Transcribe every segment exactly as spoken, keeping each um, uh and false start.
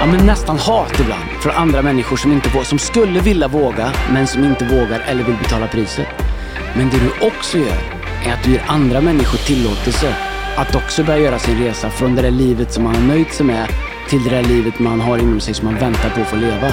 ja, men nästan hat ibland från andra människor som inte vågar, som skulle vilja våga men som inte vågar eller vill betala priset. Men det du också gör är att du ger andra människor tillåtelse att också börja göra sin resa från det där livet som man har nöjt sig med till det där livet man har inom sig som man väntar på att få leva.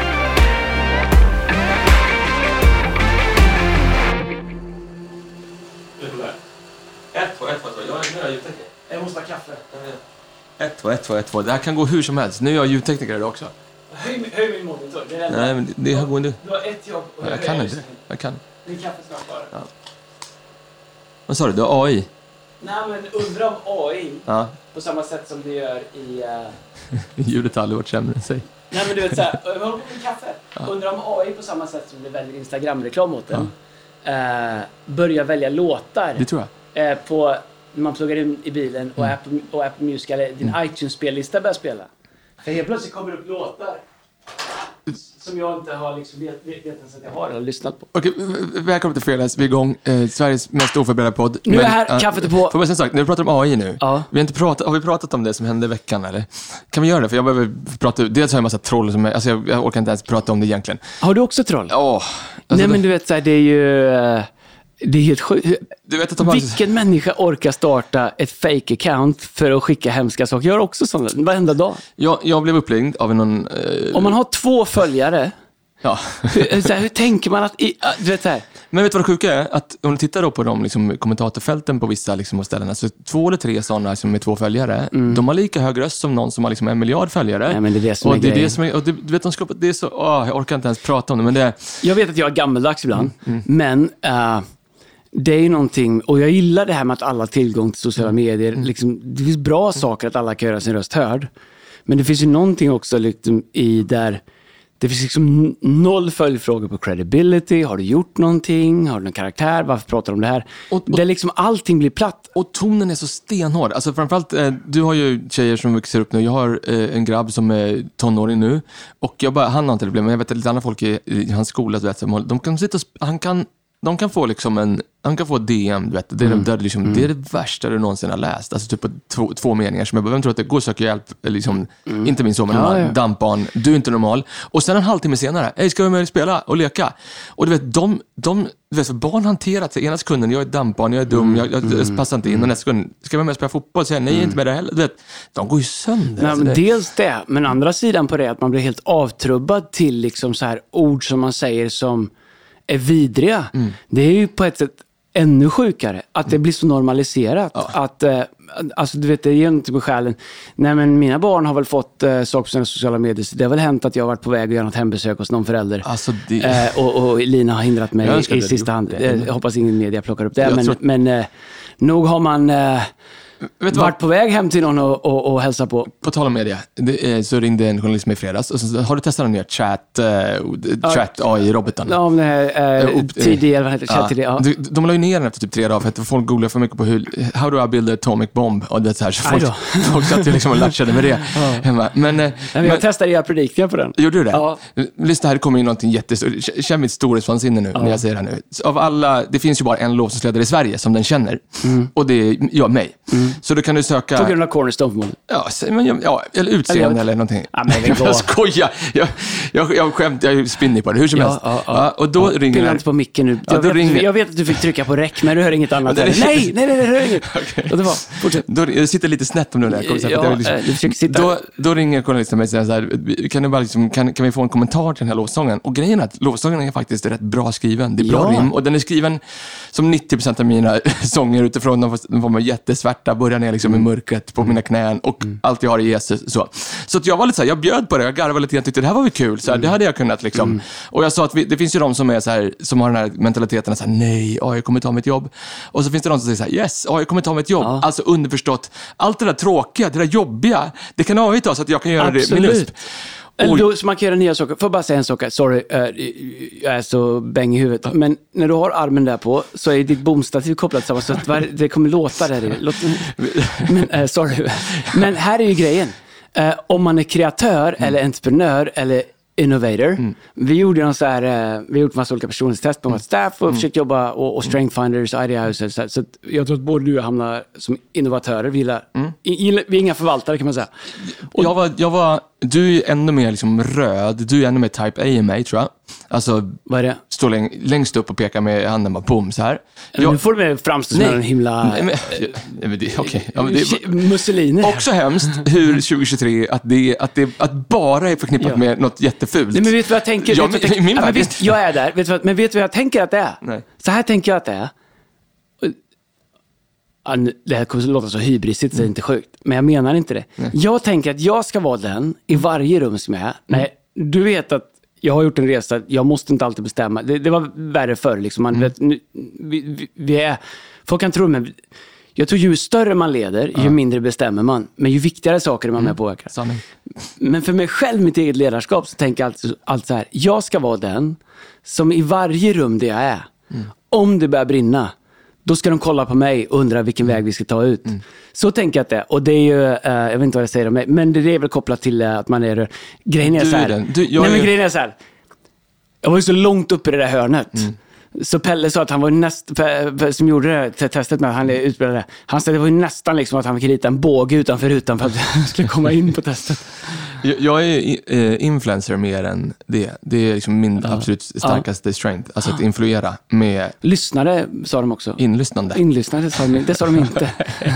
Ett, två, ett, två, jag är nu ljudtekniker. Jag måste ha kaffe. Ett, två, ett, två, ett, två. Det här kan gå hur som helst. Nu är jag ljudtekniker idag också. Höj, höj min monitor. Det är Nej, men det här går inte. Du har ett jobb. Och jag kan inte. Jag kan. Det är kaffe snart bara. Ja. Vad sa du? Du har A I? Nej, men undra om A I ja. på samma sätt som det gör i... Uh... Ljudet har aldrig varit sämre än sig. Nej, men du vet såhär, jag håller på med kaffe. Ja. Undra om A I på samma sätt som det väljer Instagram-reklam åt den. Ja. Uh, börjar välja låtar. Det tror jag. Uh, på... Man pluggar in i bilen och, mm. Apple, och Apple Music eller din mm. iTunes-spellista börjar spela. För helt plötsligt kommer det upp låtar som jag inte har liksom vet, vet ens att jag har eller lyssnat på. Okej, välkommen till Fredags. Vi är igång. Eh, Sveriges mest oförberedda podd. Nu är men, här, äh, kaffet är på. Får man säga sagt, när vi pratar om A I nu. Ja. Vi har, inte pratat, har vi pratat om det som hände i veckan eller? Kan vi göra det? För jag behöver prata. Dels har jag en massa troll som är, alltså jag, jag orkar inte ens prata om det egentligen. Har du också troll? Ja. Oh, alltså Nej det... men du vet så här, det är ju... Uh... Det är helt sjukt. Du vet att de Vilken har... människa orkar starta ett fake-account för att skicka hemska saker? Jag gör också sådana varenda dag. Jag, jag blev uppringd av någon... Eh... Om man har två följare, ja. hur, så här, hur tänker man att... I, du vet så här. Men vet du vad det sjuka är? Att om du tittar då på de liksom, kommentatorfälten på vissa liksom, ställena, så två eller tre sådana som är två följare, mm. de har lika hög röst som någon som har liksom, en miljard följare. Nej, men det är det som och är det är grejen. det som är, och det, du vet, de skapar, det är så... Åh, jag orkar inte ens prata om det, men det är... Jag vet att jag är gammeldags ibland, mm. Mm. men... Uh, det är ju någonting, och jag gillar det här med att alla har tillgång till sociala medier. Mm. Liksom, det finns bra saker att alla kan göra sin röst hörd. Men det finns ju någonting också liksom, i där det finns liksom noll följdfrågor på credibility. Har du gjort någonting? Har du någon karaktär? Varför pratar du om det här? Och, och, det liksom, allting blir platt. Och tonen är så stenhård. Alltså framförallt, eh, du har ju tjejer som växer upp nu. Jag har eh, en grabb som är tonåring nu. Och jag bara, han har inte det problem. Men jag vet att lite andra folk i, i hans skola, vet, de kan sitta och, han kan De kan få liksom en, han kan få D M, du vet, det är, mm. det, liksom, mm. det är det värsta du någonsin har läst. Alltså typ på två, två meningar som jag bara, vem tror att det går och söker hjälp? Liksom, mm. Inte min så, men ja, ja. Dampbarn, du är inte normal. Och sen en halvtimme senare, hej, ska vi med spela och leka? Och du vet, de, de du vet, för barn hanterar sig. Ena sekunden, jag är dampbarn, jag är dum, mm. jag, jag, jag passar inte in. Och nästa sekund, ska vi med och spela fotboll? Och säga, nej, mm. inte med det heller. Du vet, de går ju sönder. Nej, alltså, men det... Dels det, men andra sidan på det att man blir helt avtrubbad till liksom så här ord som man säger som är vidriga. Mm. Det är ju på ett sätt ännu sjukare. Att det blir så normaliserat. Ja. Att, eh, alltså du vet, det ger något med själen. Nej, men mina barn har väl fått eh, saker på sina sociala medier. Så det har väl hänt att jag har varit på väg att göra något hembesök hos någon förälder. Alltså det... eh, och, och Lina har hindrat mig i, i sista hand. Jag eh, hoppas ingen media plockar upp det. Jag men tror... men eh, nog har man... Eh, Vet du varit på väg hem till någon och, och, och hälsa på. På tal om media, det, så ringde en journalist med i fredags. Och så, har du testat den nya chat, uh, chat A I-roboten? Ja, om det här uh, uh, T D, eller vad heter det? Ja. De, de la ju ner den efter typ tre dagar för att folk googlade för mycket på hur, how do I build an atomic bomb? Och det så här, så folk, folk satt ju liksom och latchade med det ja. hemma. Men, uh, men, jag testade era predikningar på den. Gjorde du det? Ja. Lyssna, här kommer ju någonting jättestort. Känn mitt storhetsvansinne nu ja. när jag säger det här nu. Av alla, det finns ju bara en lovsångsledare i Sverige som den känner. Mm. Och det är jag, mig. Mm. Så då kan du söka... På grund av Cornerstone förmodligen. Ja, men, ja, eller utseende eller, eller någonting. Ja, men det går. Jag skojar. Jag, jag, jag skämt, jag är spinnig på det. Hur som ja, helst. Ja, ja. Ja, och då ja, ringer... Jag inte på micken nu. Ja, jag, vet, ringer... jag vet att du fick trycka på räck, men du hör inget annat. nej, nej, nej, nej, hör inget. Okay. Och det var, fortsätt. Då, jag sitter lite snett om nu när jag kommer. Ja, jag liksom, du försöker sitta. Då, då ringer journalisten mig och säger så här, kan, du bara liksom, kan, kan vi få en kommentar till den här lovsången? Och grejen är att lovsången är faktiskt rätt bra skriven. Det är bra ja. rim. Och den är skriven som nittio procent av mina sånger utifrån de får man jättesvärta, börjar ner liksom mm. i mörkret på mm. mina knän och mm. allt jag har i Jesus. Så, så att jag var lite så här, jag bjöd på det, jag garvade lite, jag tyckte det här var väl kul. Så här, mm. det hade jag kunnat liksom. Mm. Och jag sa att vi, det finns ju de som är så här, som har den här mentaliteten att säga nej, A I kommer ta mitt jobb. Och så finns det de som säger så här, yes, A I kommer ta mitt jobb. Ja. Alltså underförstått, allt det där tråkiga, det där jobbiga, det kan A I ta så att jag kan göra Absolut. det med lust. Eller då, så man kan göra nya saker. Får jag bara säga en sak? Sorry, uh, jag är så bäng i huvudet. Ja. Men när du har armen där på så är ditt bomstativ kopplat samman. Så att det kommer låta där. Låt, men, uh, sorry. Men här är ju grejen. Uh, om man är kreatör mm. eller entreprenör eller innovator. Mm. Vi gjorde någon så här, uh, vi gjorde en massa olika personlighetstest på vårt staff och mm. försökte jobba och, och strength finders, idea houses. Så, så jag tror att både du och jag hamnar som innovatörer. Vi, gillar, mm. i, vi är inga förvaltare kan man säga. Och jag var... Jag var du är ännu mer liksom röd. Du är ännu mer type A än mig, tror jag. Alltså, vad är det? Står läng- längst upp och pekar med handen bara boom, så här. Jag, nu får du med framstå som en himla... Nej, men, ja, men det, okay. ja, men det Mussolini. Också hemskt hur tjugohundratjugotre att det, att det att bara är förknippat ja. med något jättefult. Nej, men vet du vad jag tänker? Ja, vet men, jag, tänker? Min ja, men visst, jag är där. Vet du vad, men vet du vad jag tänker att det är? Nej. Så här tänker jag att det är. Det här kommer att låta så hybrisigt så det är inte sjukt. Men jag menar inte det. Nej. Jag tänker att jag ska vara den i varje rum som jag är. Nej, du vet att jag har gjort en resa. Jag måste inte alltid bestämma. Det, det var värre förr. Liksom. Man, mm. vet, nu, vi, vi, vi är, folk kan tro, men jag tror ju större man leder, ju uh. mindre bestämmer man. Men ju viktigare saker är man mm. med påverkar. Sanning. Men för mig själv, mitt eget ledarskap, så tänker jag alltid, alltid så här. Jag ska vara den som i varje rum där jag är, mm. om det börjar brinna, då ska de kolla på mig och undra vilken väg vi ska ta ut. Mm. Så tänker jag att det är. Och det är ju, uh, jag vet inte vad jag säger om mig, men det är väl kopplat till uh, att man är... Grejen är du så här. Är du, jag nej, är... men grejen är så här. Jag var ju så långt upp i det där hörnet. Mm. Så Pelle sa att han var näst, som gjorde det här testet med att han är utbildad. Han sa att det var ju nästan liksom att han fick rita en båge utanför rutan för att han skulle komma in på testet. Jag, jag är eh, influencer mer än det. Det är liksom min ja. absolut starkaste ja. strength. Alltså att influera med... Lyssnare sa de också. Inlyssnande. Inlyssnande sa de, det sa de inte.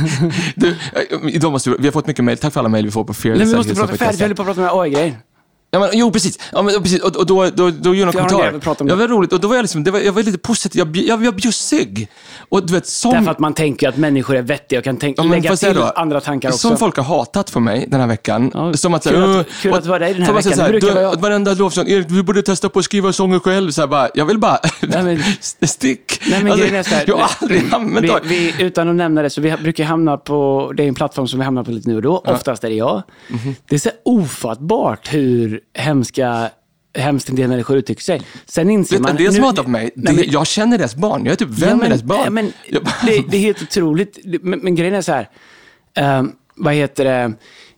du, idag måste vi, vi har fått mycket mejl. Tack för alla mejl vi får på Fearless. Nej, vi måste prata färdigt. Vi håller på att prata med A I-grejer. Ja, men, jo, precis. Ja, men, precis. Och, och då, då, då gjorde jag en kommentar. Ja, det var roligt. Och då var jag, liksom, det var, jag var lite positiv. Jag, jag, jag bjussig. Och du vet, som... Därför att man tänker att människor är vettiga och kan tänka, ja, lägga till då, andra tankar också. Som folk har hatat för mig den här veckan. Ja, som att, kul, uh, att, kul att vara dig den här veckan. Så här, du, jag... Varenda lovsång, Erik, du borde testa på att skriva sånger själv. Så här, bara, jag vill bara... Nej, men... Stick. Nej, men alltså, är så här, jag har aldrig använt vi, vi, utan att nämna det, så vi brukar hamna på... Det är en plattform som vi hamnar på lite nu och då. Ja. Oftast är det jag. Mm-hmm. Det är så ofattbart hur hemska... hemskt en del människor uttrycker sig. Sen inser vet man... Det som hatar på mig, det, men, jag känner deras barn. Jag är typ vän ja, men, med deras barn. Men, det, det är helt otroligt. Men, men grejen är så här... Um, vad heter det...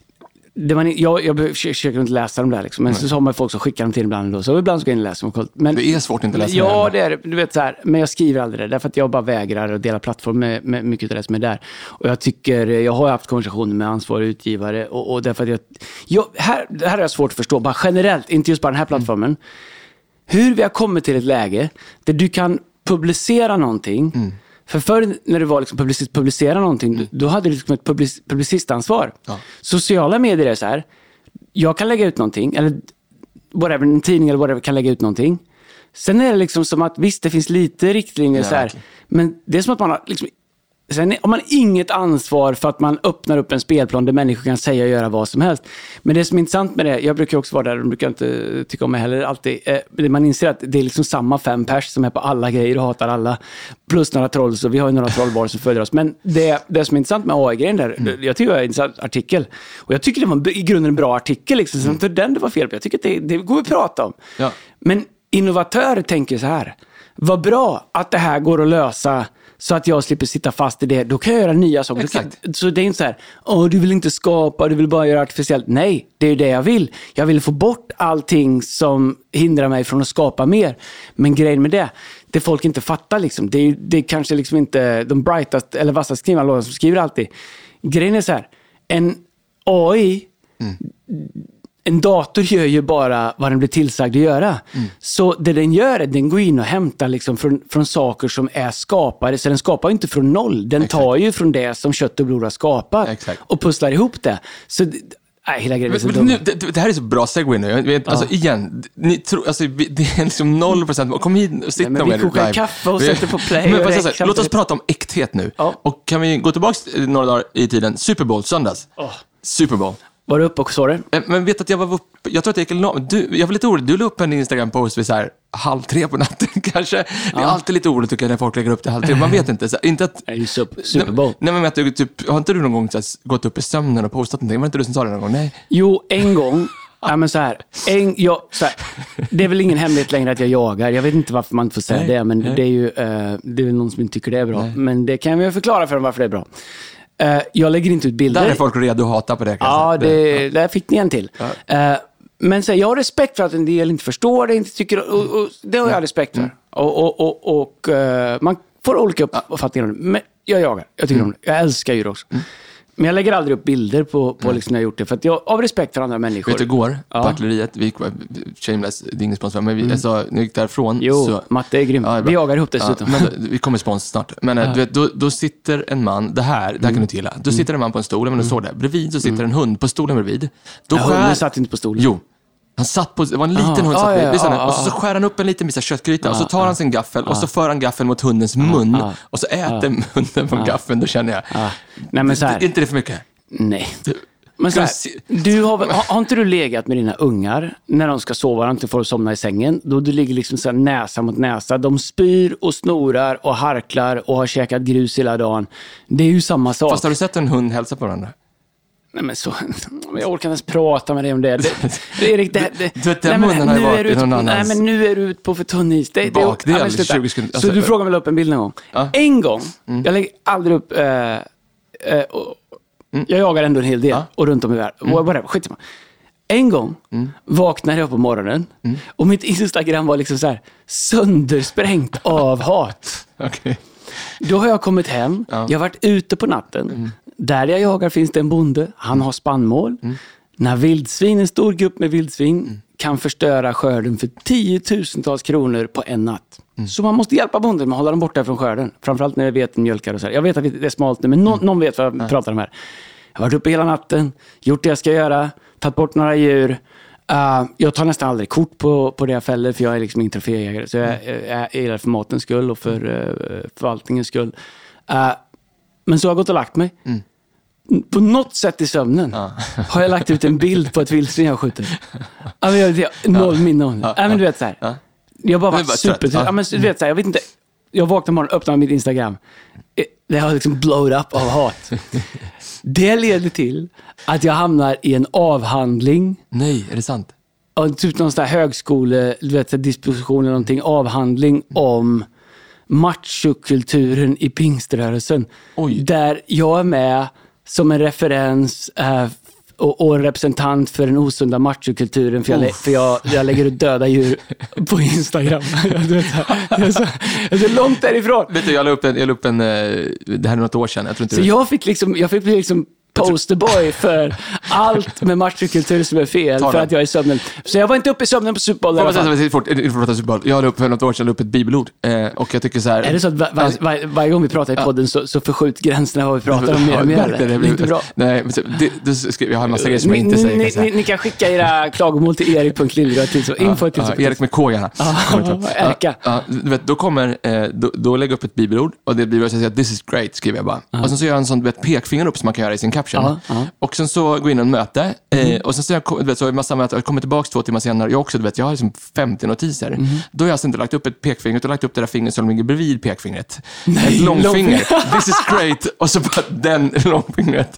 det man, jag, jag försöker inte läsa dem där liksom, men Nej. så har man folk som skickar dem till ibland då, så ibland ska jag in och läsa dem. Men, det är svårt inte att läsa ja, det är du vet så här, men jag skriver aldrig det därför att jag bara vägrar att dela plattform med, med mycket av det som är där. Och jag tycker, jag har haft konversationer med ansvariga utgivare och, och därför att jag, jag här, det här är jag svårt att förstå, bara generellt, inte just bara den här plattformen. Mm. Hur vi har kommit till ett läge där du kan publicera någonting. Mm. För förr när det var liksom publicist, publicera någonting, mm. då hade du liksom ett public, publicistansvar. Ja. Sociala medier är så här, jag kan lägga ut någonting, eller whatever, en tidning eller whatever kan lägga ut någonting. Sen är det liksom som att, visst det finns lite riktlinjer ja, så här, okay. men det är som att man har liksom, sen har man inget ansvar för att man öppnar upp en spelplan där människor kan säga och göra vad som helst. Men det som är intressant med det, jag brukar också vara där, de brukar inte tycka om mig heller alltid, eh, man inser att det är liksom samma fem pers som är på alla grejer och hatar alla, plus några troll, så vi har ju några trollbar som följer oss. Men det, det som är intressant med A I-grejen där, mm. jag tycker det var en intressant artikel, och jag tycker det var i grunden en bra artikel, liksom, så inte den det var fel på. Jag tycker att det, det går att prata om. Ja. Men innovatörer tänker så här, vad bra att det här går att lösa så att jag slipper sitta fast i det. Då kan jag göra nya saker. Exakt. Så det är inte så här, åh, du vill inte skapa, du vill bara göra artificiellt. Nej, det är det jag vill. Jag vill få bort allting som hindrar mig från att skapa mer. Men grejen med det, det folk inte fattar liksom. Det är, det är kanske liksom inte de brightast eller vassaste skrivarna som skriver alltid. Grejen är så här, en A I... Mm. En dator gör ju bara vad den blir tillsagd att göra. Mm. Så det den gör är att den går in och hämtar liksom från, från saker som är skapade. Så den skapar ju inte från noll. Den Exakt. tar ju från det som kött och blod har skapat. Exakt. Och pusslar ihop det. Så nej, hela grejen är så men, nu, det, det här är så bra segway nu. Jag vet, ja. Alltså igen, ni tror, alltså, det är liksom noll procent. Kom hit och sitta med er. Vi kokar kaffe och sätter på play. Men, och så, låt oss prata om äkthet nu. Ja. Och kan vi gå tillbaka några dagar i tiden? Super Bowl, söndags. Oh. Super Bowl. Var du uppe och så det? Men vet att jag var uppe, jag tror att jag gick du, jag var lite orolig, du la upp en Instagram-post vid så här halv tre på natten kanske. Ja. Det är alltid lite oroligt tycker jag när folk lägger upp det halv tre, man vet inte. Så, inte att, är det Super Bowl? Nej, men att du, typ, har inte du någon gång så här, gått upp i sömnen och postat någonting? Var inte du som sa det någon gång? Nej. Jo, en gång. Ja, men så här, en, jag, så här, det är väl ingen hemlighet längre att jag jagar. Jag vet inte varför man inte får säga nej, det, men nej. det är ju uh, det är väl någon som inte tycker det är bra. Nej. Men det kan jag förklara för dem varför det är bra. Uh, jag lägger inte ut bilder. Där är folk redo att hata på det. Ja, det, där fick ni en till. Ja. Uh, men så här, jag har respekt för att en del inte förstår det, inte tycker, och, och, det har jag respekt för. Mm. Och, och, och, och uh, man får olika uppfattningar om det. Men jag jagar, jag tycker mm. om det. Jag älskar djur också. Mm. Men jag lägger aldrig upp bilder på, på liksom när jag gjort det. För att jag, av respekt för andra människor. Vet du, igår ja. på artilleriet, vi gick, shameless, det är ingen sponsor, men vi, mm. alltså, när vi gick därifrån. Jo, så, Matte är grym. Ja, vi jagar ihop dessutom. Ja, men vi kommer sponsor snart. Men ja. du vet, då, då sitter en man, det här, det här kan du inte gilla. Då sitter en man på en stol, men du såg det. Bredvid så sitter mm. en hund på stolen bredvid. Då ja, skär... Hunden satt inte på stolen. Jo. Han satt på, det var en liten ah, hund satt ah, bredvid. ja, ah, och så, så skär han upp en liten bit köttgryta ah, och så tar ah, han sin gaffel ah, och så för han gaffeln mot hundens mun ah, och så äter ah, hunden från ah, gaffeln. Då känner jag, ah. Nej, men så här, det, inte det för mycket? Nej. Men så här, du har, har, har inte du legat med dina ungar när de ska sova och inte får somna i sängen? Då du ligger liksom så här näsa mot näsa. De spyr och snorar och harklar och har käkat grus hela dagen. Det är ju samma sak. Fast har du sett en hund hälsa på varandra? Nej, men så, jag orkar inte ens prata med dig om det. det, det Erik, det, det, du vet, den munnen har ju varit i någon annans... Nej, men nu är du ute på för tunn is. Det, Bak, det, det är alldeles tjugo sekunder. Så du frågar väl upp en bild någon gång? Ja. En gång. Mm. Jag lägger aldrig upp... Äh, äh, och, mm. Jag jagar ändå en hel del. Ja. Och runt om i världen. Mm. Whatever, skit man. En gång mm. vaknade jag på morgonen. Mm. Och mitt Instagram var liksom så här söndersprängt av hat. Okay. Då har jag kommit hem. Ja. Jag har varit ute på natten. Mm. Där jag jagar finns det en bonde. Han har spannmål. Mm. När vildsvin, en stor grupp med vildsvin mm. kan förstöra skörden för tiotusentals kronor på en natt. Mm. Så man måste hjälpa bonden med att hålla dem borta från skörden. Framförallt när vi vet mjölkar och så här. Jag vet att det är smalt nu, men någon, mm. någon vet vad jag mm. pratar om här. Jag har varit uppe hela natten, gjort det jag ska göra, tagit bort några djur. Uh, jag tar nästan aldrig kort på, på det jag fäller, för jag är liksom ingen troféjägare. Så jag, jag, jag är där för matens skull och för uh, förvaltningens skull. Uh, men så har jag gått och lagt mig. Mm. På något sätt i sömnen ja. har jag lagt ut en bild på ett vildsvin jag skjuter. Alltså, jag vet, noll minne om det. Ja, ja, men du vet så här. Ja. Jag bara var super. Ja. Ja, men du vet så här, jag vet inte. Jag vaknade morgon, öppnade mitt Instagram. Det har liksom blowed up av hat. Det leder till att jag hamnar i en avhandling. Nej, är det sant? Och typ någon sån här högskole, du vet, disposition eller någonting, avhandling om machokulturen i pingströrelsen. Oj. Där jag är med som en referens äh, och, och en representant för den osunda machokulturen, för, jag, oh. för jag, jag lägger ut döda djur på Instagram. jag, vet, jag, är så, jag är så långt därifrån. Vet du, jag la upp en, jag la upp en det här är något år sedan. Jag tror inte så det. jag fick liksom, jag fick liksom posterboy för allt med machokultur som är fel för att jag är i sömnen. Så jag var inte uppe i sömnen på Super Bowl. Jag, säga, fort, Super Bowl. Jag hade upp för något år sedan upp ett bibelord eh, och jag tycker så här. Är det så att var, var, var, varje gång vi pratar i podden så, så förskjut gränserna vad vi pratar om mer och mer? Ja, det, det, det är inte bra. Nej, men det, det skriver jag har en massa grejer som jag inte säger. Ni, ni, ni kan skicka era klagomål till erik punkt liljegrad till så info till så. Erik med K gärna. Erika. Du vet, då kommer eh, då, då lägger jag upp ett bibelord och det blir så att this is great skriver jag bara. Och sen så gör jag en sån vet, pekfinger upp som man kan göra i sin caption. Och sen så går jag in och möte mm. eh, och sen så jag, du vet, så har jag massa möte och jag kommer tillbaka två timmar senare. Jag också, du vet, jag har liksom femtio notiser. Mm. Då har jag alltså inte lagt upp ett pekfinger utan lagt upp det där fingret som ligger bredvid pekfingret. Nej, ett långfinger. This is great. Och så bara den långfingret.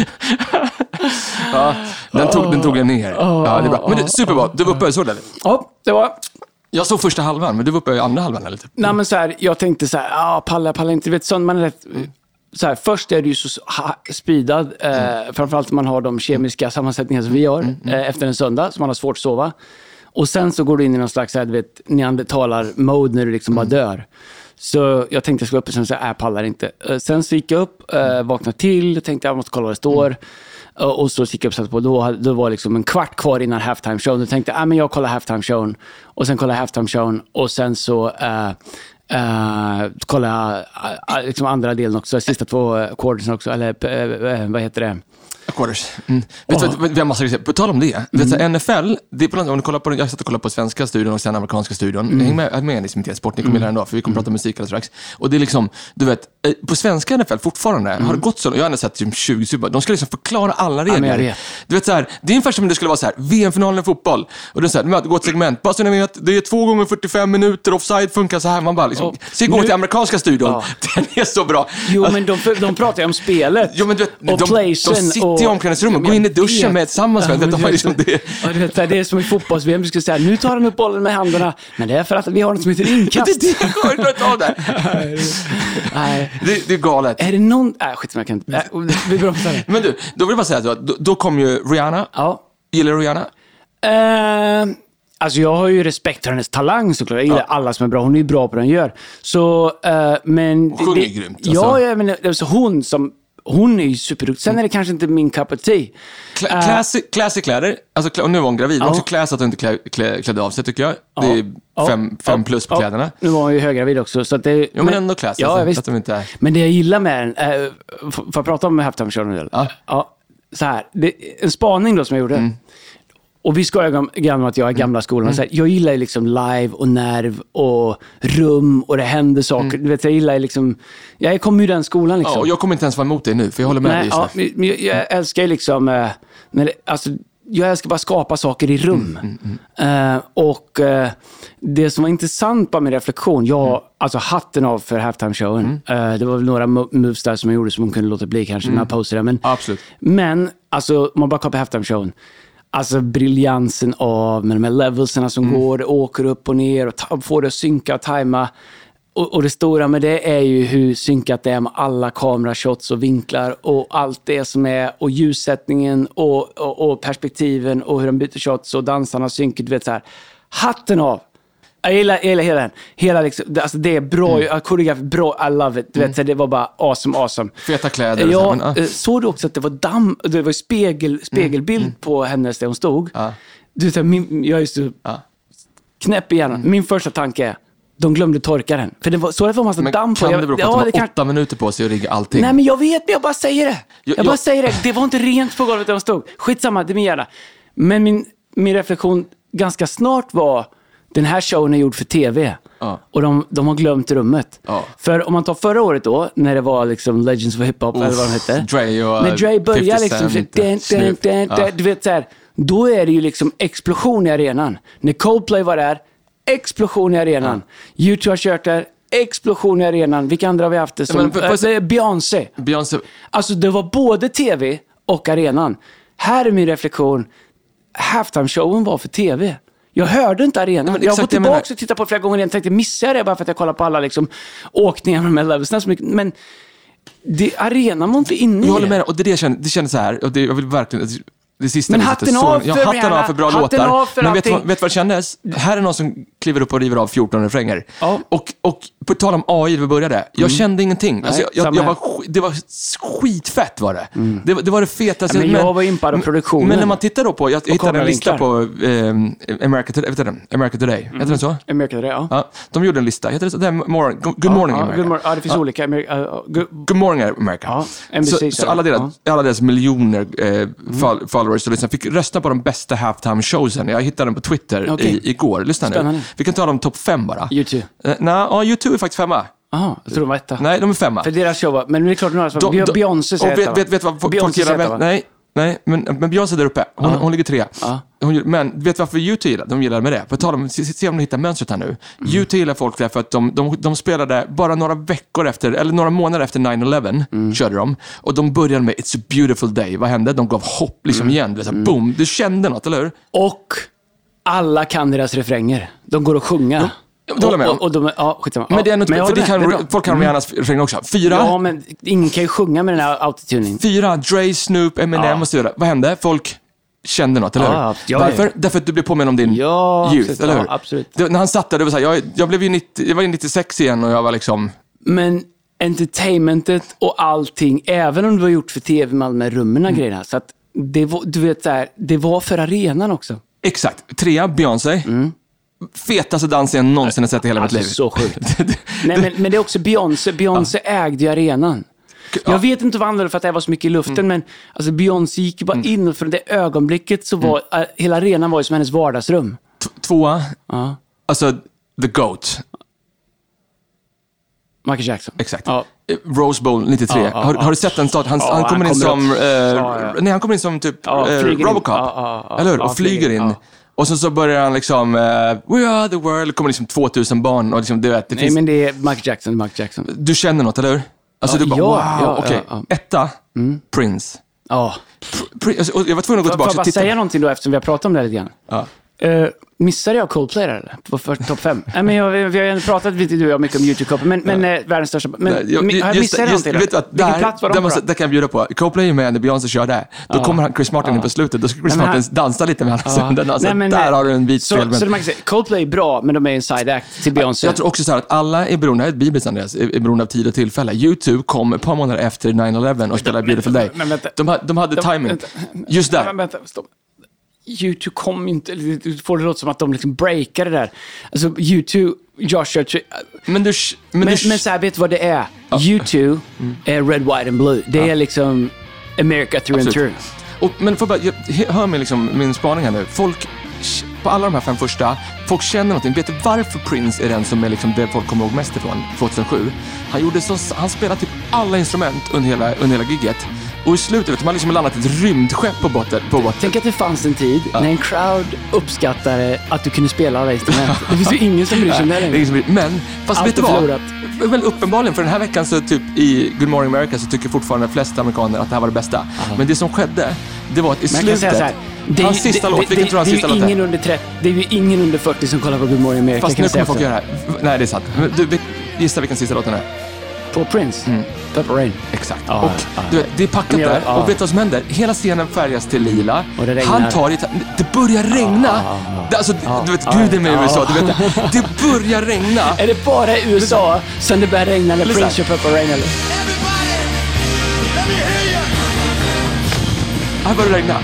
ja, den tog, den tog jag ner. Ja, det är bra. Men det, superbra. Du var uppe och såg det? Ja, det var... Jag såg första halvan, men du var uppe i andra halvan eller typ. Nej, men så här, jag tänkte så här, ja, palla, palla inte. Du vet, sån man är rätt... Så här, först är det ju så speedad, eh, mm. framförallt om man har de kemiska sammansättningar som vi har mm. Mm. Eh, efter en söndag, så man har svårt att sova. Och sen så går du in i någon slags så här, du vet, neandertalar-mode när du liksom mm. bara dör. Så jag tänkte jag skulle upp och sen så här, jag pallar inte. Eh, sen så gick jag upp, eh, vaknade till, tänkte jag måste kolla vad det står. Mm. Uh, och så gick jag upp och satt på, då, då var liksom en kvart kvar innan halftime show. Då tänkte jag, ah, men jag kollar halftime show. Och sen kollar halftime show och sen så... Uh, Uh, kolla uh, liksom andra delen också, sista två quarters också, eller uh, vad heter det? Quarters. Mm. Vet du, oh. vi har massa grejer. På tal om det, mm. vet du, N F L, det är på, om du kollar på, jag satt och kollade på svenska studion och sen amerikanska studion. Mm. Häng med, häng med liksom till sport, ni kommer mm. ändå, för vi kommer mm. prata musik alldeles strax. Och det är liksom, du vet, på svenska N F L fortfarande mm. har det gått så, jag har ändå sett typ tjugo super, de ska liksom förklara alla regler. Ja, du vet så här, det är ungefär som om det skulle vara så här, V M-finalen i fotboll. Och det är så här, det går ett segment, bara så ni vet, det är två gånger fyrtiofem minuter, offside funkar så här, man bara liksom, oh. så går nu... till amerikanska studion, oh. den är så bra. Jo, men de, de pratar ju om spelet. Jo, men du vet, och de, de, de sitter och... i omklädningsrummet, går in i duschen med tillsammans. Ja, det, liksom det. Det, det är som i fotbolls-V M, du skulle säga, nu tar han upp bollen med händerna, men det är för att vi har något som heter inkast. det, det, går inte att ta det. Nej. Det, det är galet. Är det någon... Nej, skit som jag kan inte... Äh, vi bromsar det. Men du, då vill jag bara säga att då, då kom ju Rihanna. Ja. Gillar du Rihanna? Uh, alltså jag har ju respekt för hennes talang såklart. Jag gillar ja. alla som är bra. Hon är ju bra på det hon gör. Så, uh, men... Hon sjunger det, grymt. Alltså. Ja, men alltså, hon som... hon är ju superduktig. Sen är det kanske inte min cup of tea. Kla- classy, classy kläder. Alltså, och nu var hon gravid. Det var Ja. också classy att hon inte klä, klä, klädde av sig, tycker jag. Det är Ja. fem, fem Ja. plus på Ja. kläderna. Nu var hon ju höggravid också. Så att det, Jo, men ändå classy. Ja, alltså, visst. att de inte är... Men det jag gillar med den, äh, får jag prata om halftime show nu? Ja. Ja, så här. Det, en spaning då som jag gjorde. Mm. Och vi skojar grann om att jag är gamla skolan. Mm. Så här, jag gillar ju liksom live och nerv och rum och det händer saker. Mm. Du vet, jag gillar ju liksom... Jag kommer ju den skolan liksom. Ja, och jag kommer inte ens vara emot dig nu, för jag håller med dig Nej, just ja, nu. men jag, jag älskar ju liksom... eh, när det, alltså, jag älskar bara skapa saker i rum. Mm, mm, mm. Eh, och eh, det som var intressant på min reflektion, jag, Mm. alltså hatten av för halftime-showen. Eh, det var väl några mo- moves där som jag gjorde som hon kunde låta bli kanske, när jag postade. Men, Absolut. men alltså, om man bara kollar på halftime-showen. Alltså briljansen av med de här levelserna som Mm. går, åker upp och ner och ta, får det att synka och tajma. Och, och det stora med det är ju hur synkat det är med alla kamerashots och vinklar och allt det som är, och ljussättningen och, och, och perspektiven och hur de byter shots och dansarna synkar, du vet så här. Hatten av! Jag gillar, jag gillar hela den. Hela liksom, det, alltså det är bra, mm. koreografi, bra, I love it. Du vet, så det var bara awesome, awesome. Feta kläder. Ja, och så, men, ah. såg du också att det var damm, det var spegel, spegelbild mm. på hennes där hon stod. Ah. Du vet, min, jag är så ah. knäpp i hjärnan. Min första tanke är, de glömde torka den. För det var, så det var en massa Men damm på. kan Jag, det bero på ja, att de har det åtta kan... minuter på sig att rigga allting? Nej, men jag vet, men jag bara säger det. Jag, jag bara jag... säger det. Det var inte rent på golvet där de stod. Skitsamma, det är min hjärna. Men min, min reflektion ganska snart var, den här showen är gjord för tv. Ja. Och de, de har glömt rummet. Ja. För om man tar förra året då, när det var liksom Legends of Hip Hop, eller vad de hette. Dre och när Dre börjar fifty liksom, Cent, dun, dun, dun, dun, ja. du vet så här, då är det ju liksom explosion i arenan. När Coldplay var där, explosion i arenan. Ja. U två har kört där, explosion i arenan. Vilka andra har vi haft det som? Men, för, för, äh, Beyoncé. Beyoncé. Alltså det var både tv och arenan. Här är min reflektion. Halftime-showen var för tv. Jag hörde inte arenan. Men jag har exakt, gått jag tillbaka menar- och tittat på flera gånger igen. Tänkte, missar jag det bara för att jag kollar på alla liksom, åkningar med de här levelsna så mycket. Men det, arenan var inte inne i Jag håller det. med dig, och det är det jag känner, det känner så här, och det, jag vill verkligen, det sista Men vi hatten sätter av så, ja, för hatten Rihanna, av för bra hatten låtar. av för Men vet du allting. vad, vet vad det kändes? Här är någon som kliver upp och river av fjorton refränger. Ja. Och, och på tal om A I, vi började. Jag kände ingenting. Alltså, jag, jag, samma jag här. var, sk- det var skitfett var det. Mm. Det, var- det var det fetaste. Ja, men jag var impad av produktionen. Men när man tittar då på, jag hittade en lista kameravinklar. på eh, America, Today- vet du den? America Today. Mm. Heter den så? America det, ja. Ja, de gjorde en lista. Heter det så? Det är morning, Good Morning ja, America. Good morning. Ja, det finns olika. America, uh, good, Good Morning America. Ja, N B C, så, så alla deras, alla deras miljoner eh, Mm. fol- followers och liksom fick rösta på de bästa halftime-showsen. Jag hittade den på Twitter Okej. i, igår. Lyssna nu. Spännande. Vi kan ta dem topp fem bara. U två. Eh, Nej, ja, U två är faktiskt femma. Jaha, jag tror de var etta. Nej, de är femma. För deras show var, men det är klart några som De- de- Beyoncé och säger vet, vet, vet vad folk Beyoncé gillar? säger va? Nej, nej men, men Beyoncé är där uppe. Hon, Ja. hon ligger trea. Ja. Hon, men vet du varför U två gillar? De gillar med det. På tal om, se, se om ni hittar mönstret här nu. Mm. U två gillar folk därför att de, de, de spelade bara några veckor efter, eller några månader efter nine eleven, Mm. körde de. Och de började med It's a beautiful day. Vad hände? De gav hopp liksom Mm. igen. Det var så här, boom, du kände något, eller hur? Och alla kan deras refränger. De går att sjunga. Ja, det håller jag med om. och, och de, ja, skitsamma. Men det är något, men jag för det håller med, kan, det är bra. folk kan Rihannas refränger också. Fyra. Ja, men ingen kan ju sjunga med den här autotuning. Fyra, Dre, Snoop, Eminem Ja. och så vidare. Vad hände? Folk kände något, eller hur? Ja, ja, Varför? ja. Därför att du blev påminn om din Ja, youth, absolut. eller hur? Ja, absolut. Det, när han satt där, det var så här, jag, jag blev ju nittio, jag var ju nittiosex igen och jag var liksom... Men entertainmentet och allting, även om det var gjort för tv med alla de här rummen och Mm. grejerna, så att det var, du vet, så här, det var för arenan också. Exakt. Trea, Beyoncé. Fetaste dansen jag någonsin har sett i hela Alltså, mitt liv. så sjukt. Nej, men, men det är också Beyoncé. Beyoncé ägde ju arenan. Jag vet inte vad anledningen för att det var så mycket i luften, Mm. Mm. men alltså Beyoncé gick ju bara in och för det ögonblicket så var äh, hela arenan var ju som hennes vardagsrum. T- Tvåa, Ja. alltså The GOAT. Michael Jackson. Exakt. Ja. Eh, Rose Bowl nittiotre. Ja, ja, har, ja. har du sett den start? Han, Ja, han han kommer in kommer som... upp. Eh, Ja, ja. Nej, han kommer in som typ Ja, eh, flyger in. Robocop. Ja, ja, ja. Eller hur? Ja, Och flyger in. ja. Och så, så börjar han liksom... Eh, We are the world. Det kommer liksom tvåtusen barn. Och liksom, du vet, det Nej, finns, men det är Michael Jackson, Michael Jackson. Du känner något, eller hur? Alltså Ja, du bara, ja, wow, ja, okej. ja, ja. Etta, Prince. Ja. Pr- alltså, och jag var tvungen att gå Får tillbaka jag bara och titta. säga någonting då eftersom vi har pratat om det här lite grann? Ja. Eh, Missade jag Coldplay där, eller? På för topp fem? Nej, men jag, vi har ju pratat lite du och jag mycket om YouTube-koppel, men, men ja. världens största... Men Nej, jag, har jag missat någonting där? Vet du att Vilken där, plats var de där, på måste, där kan jag bjuda på. Coldplay är med när Beyoncé kör där. Då ja. kommer han, Chris Martin ja. in på slutet. Då ska Chris Nej, Martin han, dansa lite med honom. Ja. Den, alltså, Nej, men, där har du en vit så, spel. Men... Så man kan säga, Coldplay är bra, men de är en side act till Beyoncé. Jag tror också så här att alla är beroende, det här är ett bibliskt Andreas, är beroende av tid och tillfälle. YouTube kom ett par månader efter nine eleven och spelade Beautiful Day. Men, men, de, de hade timing. Just där. Men, vänta, stopp. YouTube kom inte, du får det låta som att de liksom breakade det där. Alltså YouTube, Joshua Tree. Men du, men, men, du, men så här, vet du vad det är? Ja. YouTube mm. är Red, White and Blue. Det ja. är liksom America through Absolut. and through. Och, men för bara, jag, hör mig liksom min spaning här nu. Folk, på alla de här fem första, folk känner någonting. Vet du varför Prince är den som är liksom det folk kommer ihåg mest ifrån tjugohundrasju? Han gjorde så, han spelade typ alla instrument under hela, under hela gigget. Och i slutet vet du, man liksom landat ett rymdskepp på botten, på botten. Tänk att det fanns en tid ja. när en crowd uppskattade att du kunde spela alla instrument. Det finns ju ingen som bryr sig om det längre. Men, fast Allt vet du vad? Väl uppenbarligen, för den här veckan så typ i Good Morning America så tycker fortfarande de flesta amerikaner att det här var det bästa. Aha. Men det som skedde, det var att i slutet, här, det är, hans sista det, låt, vilken tror han sista låt är? Under trettio, det är ju ingen under fyrtio som kollar på Good Morning America. Fast nu kommer folk göra det här. Nej, det är sant. Du, gissa vilken sista låten är? På Prince? Mm. Purple Rain. Exakt. Ah, och ah, du vet, det är packat jag, där. Ah. Och vet du vad som händer? Hela scenen färgas till lila. Och det han tar det, det börjar regna. Ah, ah, ah. Alltså, ah, du vet, ah, gud är med i U S A. Ah, du vet, det börjar regna. Är det bara i U S A som det börjar regna när Prince kör Purple Rain, eller? Här börjar det regna.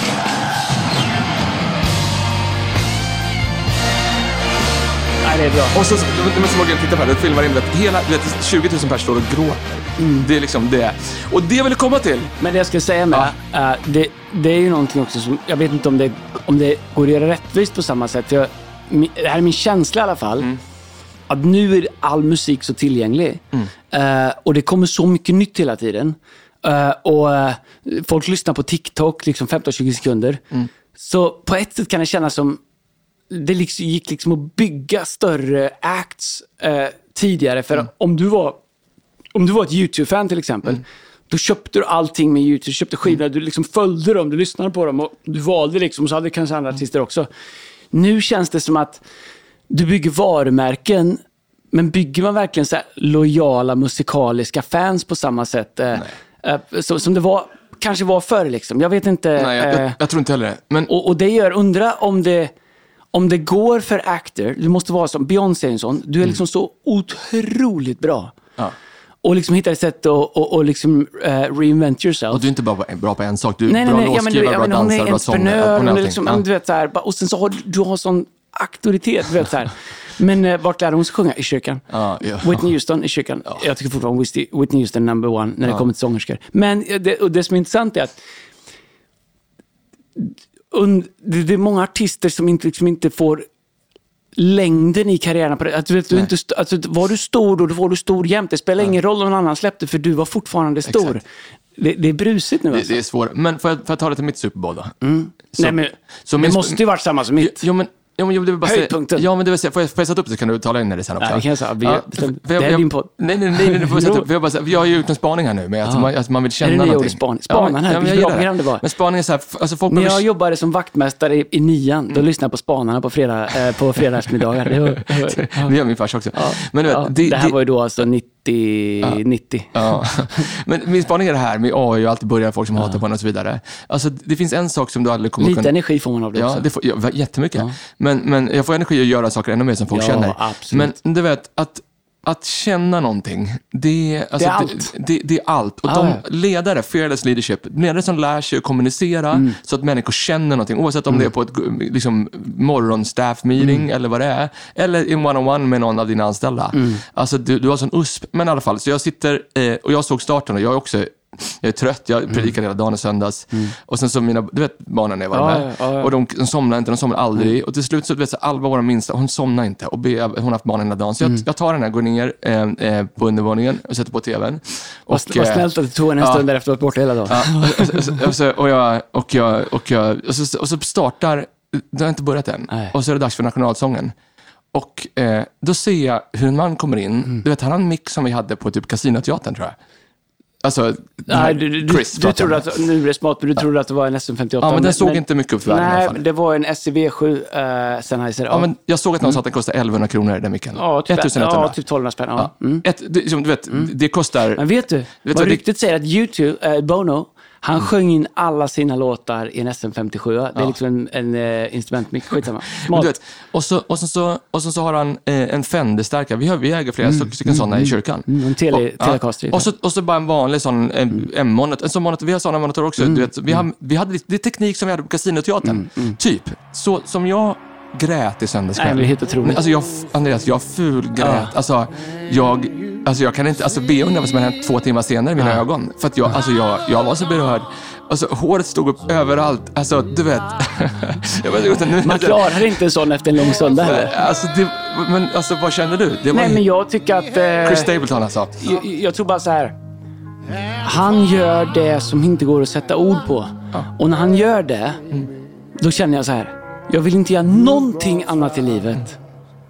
Det är bra. Och så, du måste Morgan titta på det, filmar in det. Hela, du vet, tjugo tusen personer står och gråter. Mm. Det är liksom det. Och det vill jag komma till. Men det jag ska säga med, ja. uh, det, det är ju någonting också som, jag vet inte om det, om det går att göra rättvist på samma sätt. Jag, min, det här är min känsla i alla fall. Mm. Att nu är all musik så tillgänglig. Mm. Uh, och det kommer så mycket nytt hela tiden. Uh, och uh, folk lyssnar på TikTok liksom femton till tjugo sekunder. Mm. Så på ett sätt kan det kännas som det liksom, gick liksom att bygga större acts eh, tidigare. För mm. om du var om du var ett YouTube-fan till exempel, mm. då köpte du allting med YouTube. Du köpte skivor, mm. du liksom följde dem, du lyssnade på dem och du valde liksom, och så hade du kanske andra artister också. Nu känns det som att du bygger varumärken, men bygger man verkligen så här lojala musikaliska fans på samma sätt eh, eh, så, som det var, kanske var förr liksom. Jag vet inte. Nej, jag, eh, jag, jag tror inte heller det. Men... Och, och det gör, undra om det Om det går för actor, du måste vara som Beyoncé är en sån, du är liksom mm. så otroligt bra. Ja. Och liksom hitta ett sätt att och, och liksom, uh, reinvent yourself. Och du är inte bara bra på en sak, du är nej, bra nej, nej, låtskrivare, ja, bra dansare, bra sångare. Hon är liksom, ja. du vet, så här, och sen så har du, du har sån auktoritet, du vet så här. Men uh, vart lärde hon sig sjunga? I kyrkan. Ja, ja. Whitney Houston i kyrkan. Ja. Jag tycker fortfarande Whitney Houston number one när det ja. kommer till sångerskor. Men det, och det som är intressant är att und, det, det är många artister som inte, liksom inte får längden i karriären på det. Att, vet, du inte, alltså, var du stor då, då var du stor jämt. Det spelar ja. ingen roll om någon annan släppte, för du var fortfarande stor. Det, det är brusigt nu. Det, alltså. det är svårt. Men får jag, får jag ta det till mitt Super Bowl då? Mm. Så, Nej, men, så det min, måste ju vara samma som mitt. Jo, men Ja, men jag vill bara Höjdpunkten. Säga, ja, men det vill säga, får jag, får jag sätta upp det så kan du tala in det sen också. Nej, det kan jag säga. Vi, ja, det är din podd. Nej, nej, nej, nej, får jag, sätta upp, jag, bara säga, jag har ju gjort en spaning här nu med att, ja. man, att man vill känna någonting. Är det någonting. Spaning? Spanan här, ja, vilket bra program det var. Men spaningen är så här, alltså folk... När jag jobbade som vaktmästare i, i nian, mm. då lyssnade jag på spanarna på, fredag, eh, på fredagsmiddagar. Det, var, det, var, ja. det gör min farsa också. Ja. Men du vet, ja, det, det här det, var ju då alltså nittio. Ja. nittio. Ja. Men min spaning är det här med A I och alltid börjar folk som ja. hatar på den och så vidare. Alltså det finns en sak som du aldrig kommer Lite kunna... energi får man av det också. Ja, det får, ja jättemycket. Ja. Men, men jag får energi att göra saker ännu mer som folk ja, känner. Absolut. Men du vet, att, att känna någonting, det, alltså, det är allt. Det, det, det är allt. Och ah, de ledare, fearless leadership, ledare som lär sig att kommunicera mm. så att människor känner någonting, oavsett om mm. det är på ett liksom, morgonstaff meeting mm. eller vad det är, eller i one-on-one med någon av dina anställda. Mm. Alltså du, du har sån usp, men i alla fall, så jag sitter, eh, och jag såg starten och jag är också jag är trött, jag predikade mm. hela dagen i söndags. Mm. Och sen så mina, du vet barnen är var ja, med. Ja, ja. Och de, de somnar inte, de somnar aldrig. Mm. Och till slut så vet jag, Alva, våra minsta, hon somnar inte. Och be, hon har haft barnen hela dagen. Så jag, mm. jag tar den här, går ner eh, eh, på undervåningen och sätter på tvn. Och, vad snällt att du tog en ja, stund efter att borta hela dagen. Ja, och, och, så, och, jag, och, jag, och, jag, och, så, och så startar, det har inte börjat än. Nej. Och så är det dags för nationalsången. Och eh, då ser jag hur en man kommer in. Mm. Du vet, han har en mix som vi hade på typ Casinoteatern, tror jag. Alltså, Nej, du, du, du, du trodde att, nu är det smart, men du trodde att det var en S M femtioåtta. Ja, men den men, såg men, inte mycket upp för världen nej, i alla fall. det var en S C V sju uh, Sennheiser. Ja, men jag såg att någon sa att den kostar elvahundra kronor, den micken. Ja, typ, ettusenetthundra. ja, typ tolvhundra spänn. Ja. Ja. Mm. Ett, det, som, du vet, mm. det kostar... Men vet du, vet vad du ryktet det... säger att YouTube, äh, Bono, han mm. sjöng in alla sina låtar i en S M femtiosju. Det är ja. liksom en, en uh, instrumentmick, skitsamma. Smart. Du vet, och, så, och, så, så, och så, så har han eh, en Fender-stärkare. Vi, har, vi äger flera mm. stycken sådana mm. i kyrkan. Mm. En tele, och, telecaster. Ja. Och, så, och så bara en vanlig sån mm. M-monitor. En sån monitor, vi har sådana monitorer också. Mm. Du vet, vi, har, vi hade det är teknik som vi hade på Casinoteatern. Mm. Mm. Typ. Så som jag grät i söndagskväll. Nej, det är helt otroligt. Alltså jag, Andreas, jag fulgrät. Ja. Alltså, jag, alltså jag kan inte, alltså be om det vad som hade hänt två timmar senare i mina ja. ögon. För att jag, alltså jag, jag var så berörd. Alltså håret stod upp överallt. Alltså du vet. jag vet inte, nu, Man klarar inte en sån efter en lång söndag heller. Alltså, det, men alltså vad känner du? Det var Nej, men jag tycker att... Eh, Chris Stapleton alltså. Jag, jag tror bara så här. Han gör det som inte går att sätta ord på. Ja. Och när han gör det, mm. då känner jag så här. Jag vill inte göra någonting annat i livet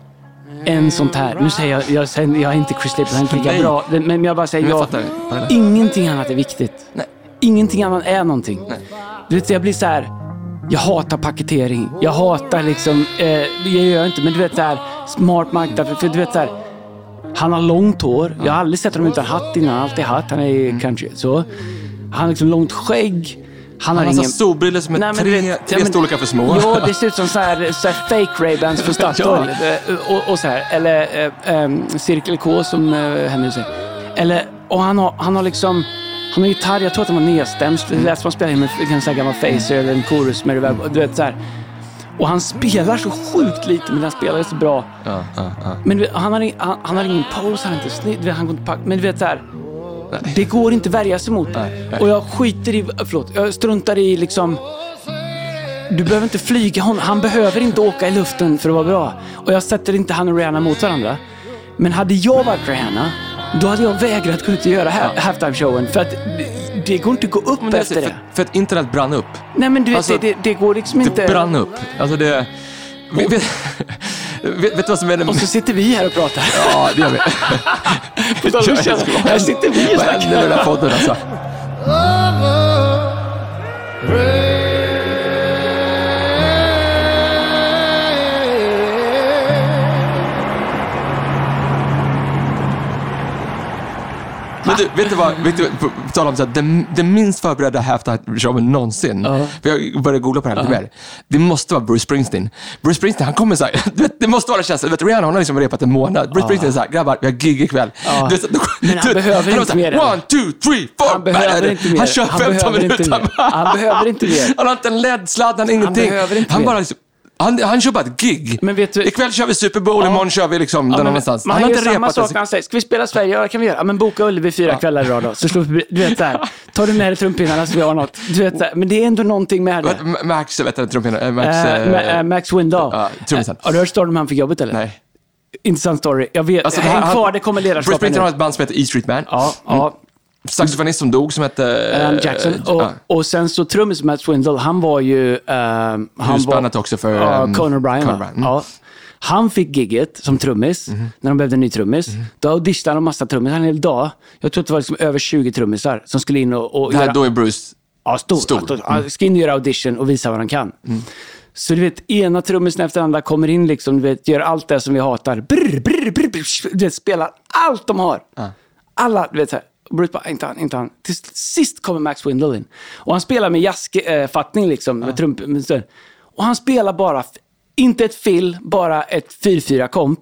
än sånt här. Nu säger jag, jag, säger, jag är inte Chris Stapleton, han är inte lika bra. Men jag bara säger, jag, jag ingenting annat är viktigt. Nej. Ingenting annat är någonting. Nej. Du vet, jag blir så här. Jag hatar paketering. Jag hatar liksom, eh, jag gör inte, men du vet så här, smart marknad. För, för du vet så här, han har långt hår. Jag har aldrig sett honom utan hatt innan. Han har alltid hatt. Han är mm. country. Så. Han har liksom långt skägg. Han har, han har ingen... solbriller som är Nej, tre, vet, tre ja, men... storlekar för små. Ja, det ser ut som så här, så här fake Ray-Bans för Statoil. ja. och, och så här. Eller äh, äh, Cirkel K som äh, Henry säger. Eller, och han har, han har liksom... Han har gitarr, jag tror att han var nedstämd. Det lät som han spelade med en sån här gammal Facer eller en chorus med det. Du vet så här. Och han spelar så sjukt lite, men han spelar så bra. Ja, ja, ja. Men vet, han, har, han, han har ingen pose, han har inte snitt. Han går inte pack, men du vet så här. Nej. Det går inte värja sig mot. Nej, nej. Och jag skiter i, förlåt, jag struntar i liksom. Du behöver inte flyga honom. Han behöver inte åka i luften för att vara bra. Och jag sätter inte han och Rihanna mot varandra. Men hade jag varit Rihanna, då hade jag vägrat gå ut och göra ha- ja. halftime-showen. För att det, det går inte att gå upp det efter det. För, för att internet brann upp. Nej, men du vet, alltså, det, det, det går liksom inte... Det brann upp. Alltså det... Vet, vet, vet du vad som är det? Och så sitter vi här och pratar. Ja, det gör vi. Här sitter vi och snackar. Det är den där podden alltså. Men du, vet du vad, vet du, på tal om så här, den, den minst förberedda halftime-showen någonsin. Uh-huh. För jag började googla på det här lite uh-huh. mer. Det måste vara Bruce Springsteen. Bruce Springsteen, han kommer så här, du vet, det måste vara känslan. Du vet, Rihanna, hon har liksom repat en månad. Bruce uh-huh. Springsteen är så här, grabbar, vi har gig ikväll. Uh-huh. Du vet, du, Men han du, behöver han inte här, mer. One, two, three, four. Han behöver inte mer. Han kör han femton minuter. Han behöver inte mer. Han har inte en L E D-sladd, han har ingenting. Han behöver inte han mer. bara liksom, Han, han kör bara ett gig. Men vet du, ikväll kör vi Super Bowl, ja. Imorgon kör vi liksom ja, den någonstans. Man har inte samma sak när han säger, ska vi spela Sverige? Ja, det kan vi göra. Ja, men boka Ullevi fyra ja. kvällar idag då. Så slår vi, du vet där. Tar du med dig trumpinnarna så vi har något. Du vet där. Men det är ändå någonting med det. Max, vet du, trumpinnarna. Max, äh, äh, Max Window. Ja, trummisen. Har du hört storyn om han fick jobbet eller? Nej. Intressant story. Jag vet, alltså, häng kvar, det kommer ledarskap. Bruce Springsteen har ett band som heter E Street Band. Ja, ja. Mm. Saxofonist som dog som hette... Alan Jackson. Och, ja. och sen så trummis Matt Swindle, han var ju... Uh, han Husbandet också för... Uh, Conor Bryan. Conor Bryan. Mm. Ja. Han fick gigget som trummis, mm. när de behövde en ny trummis. Mm. Då auditionade de massa trummis en hel dag. Jag tror att det var liksom över tjugo trummisar som skulle in och... och det här göra... då är Bruce ja, stor. stor. Alltså, mm. ska in och göra audition och visa vad han kan. Mm. Så du vet, ena trummisen efter andra kommer in liksom, du vet, gör allt det som vi hatar. Brr, brr, brr, brr, du vet, spelar allt de har. Mm. Alla, du vet så här. Bruce bara, inte han, inte han. Till sist kommer Max Windle in. Och han spelar med jazzfattning äh, liksom, med trump. Och han spelar bara, inte ett fill, bara ett fyra fyra komp.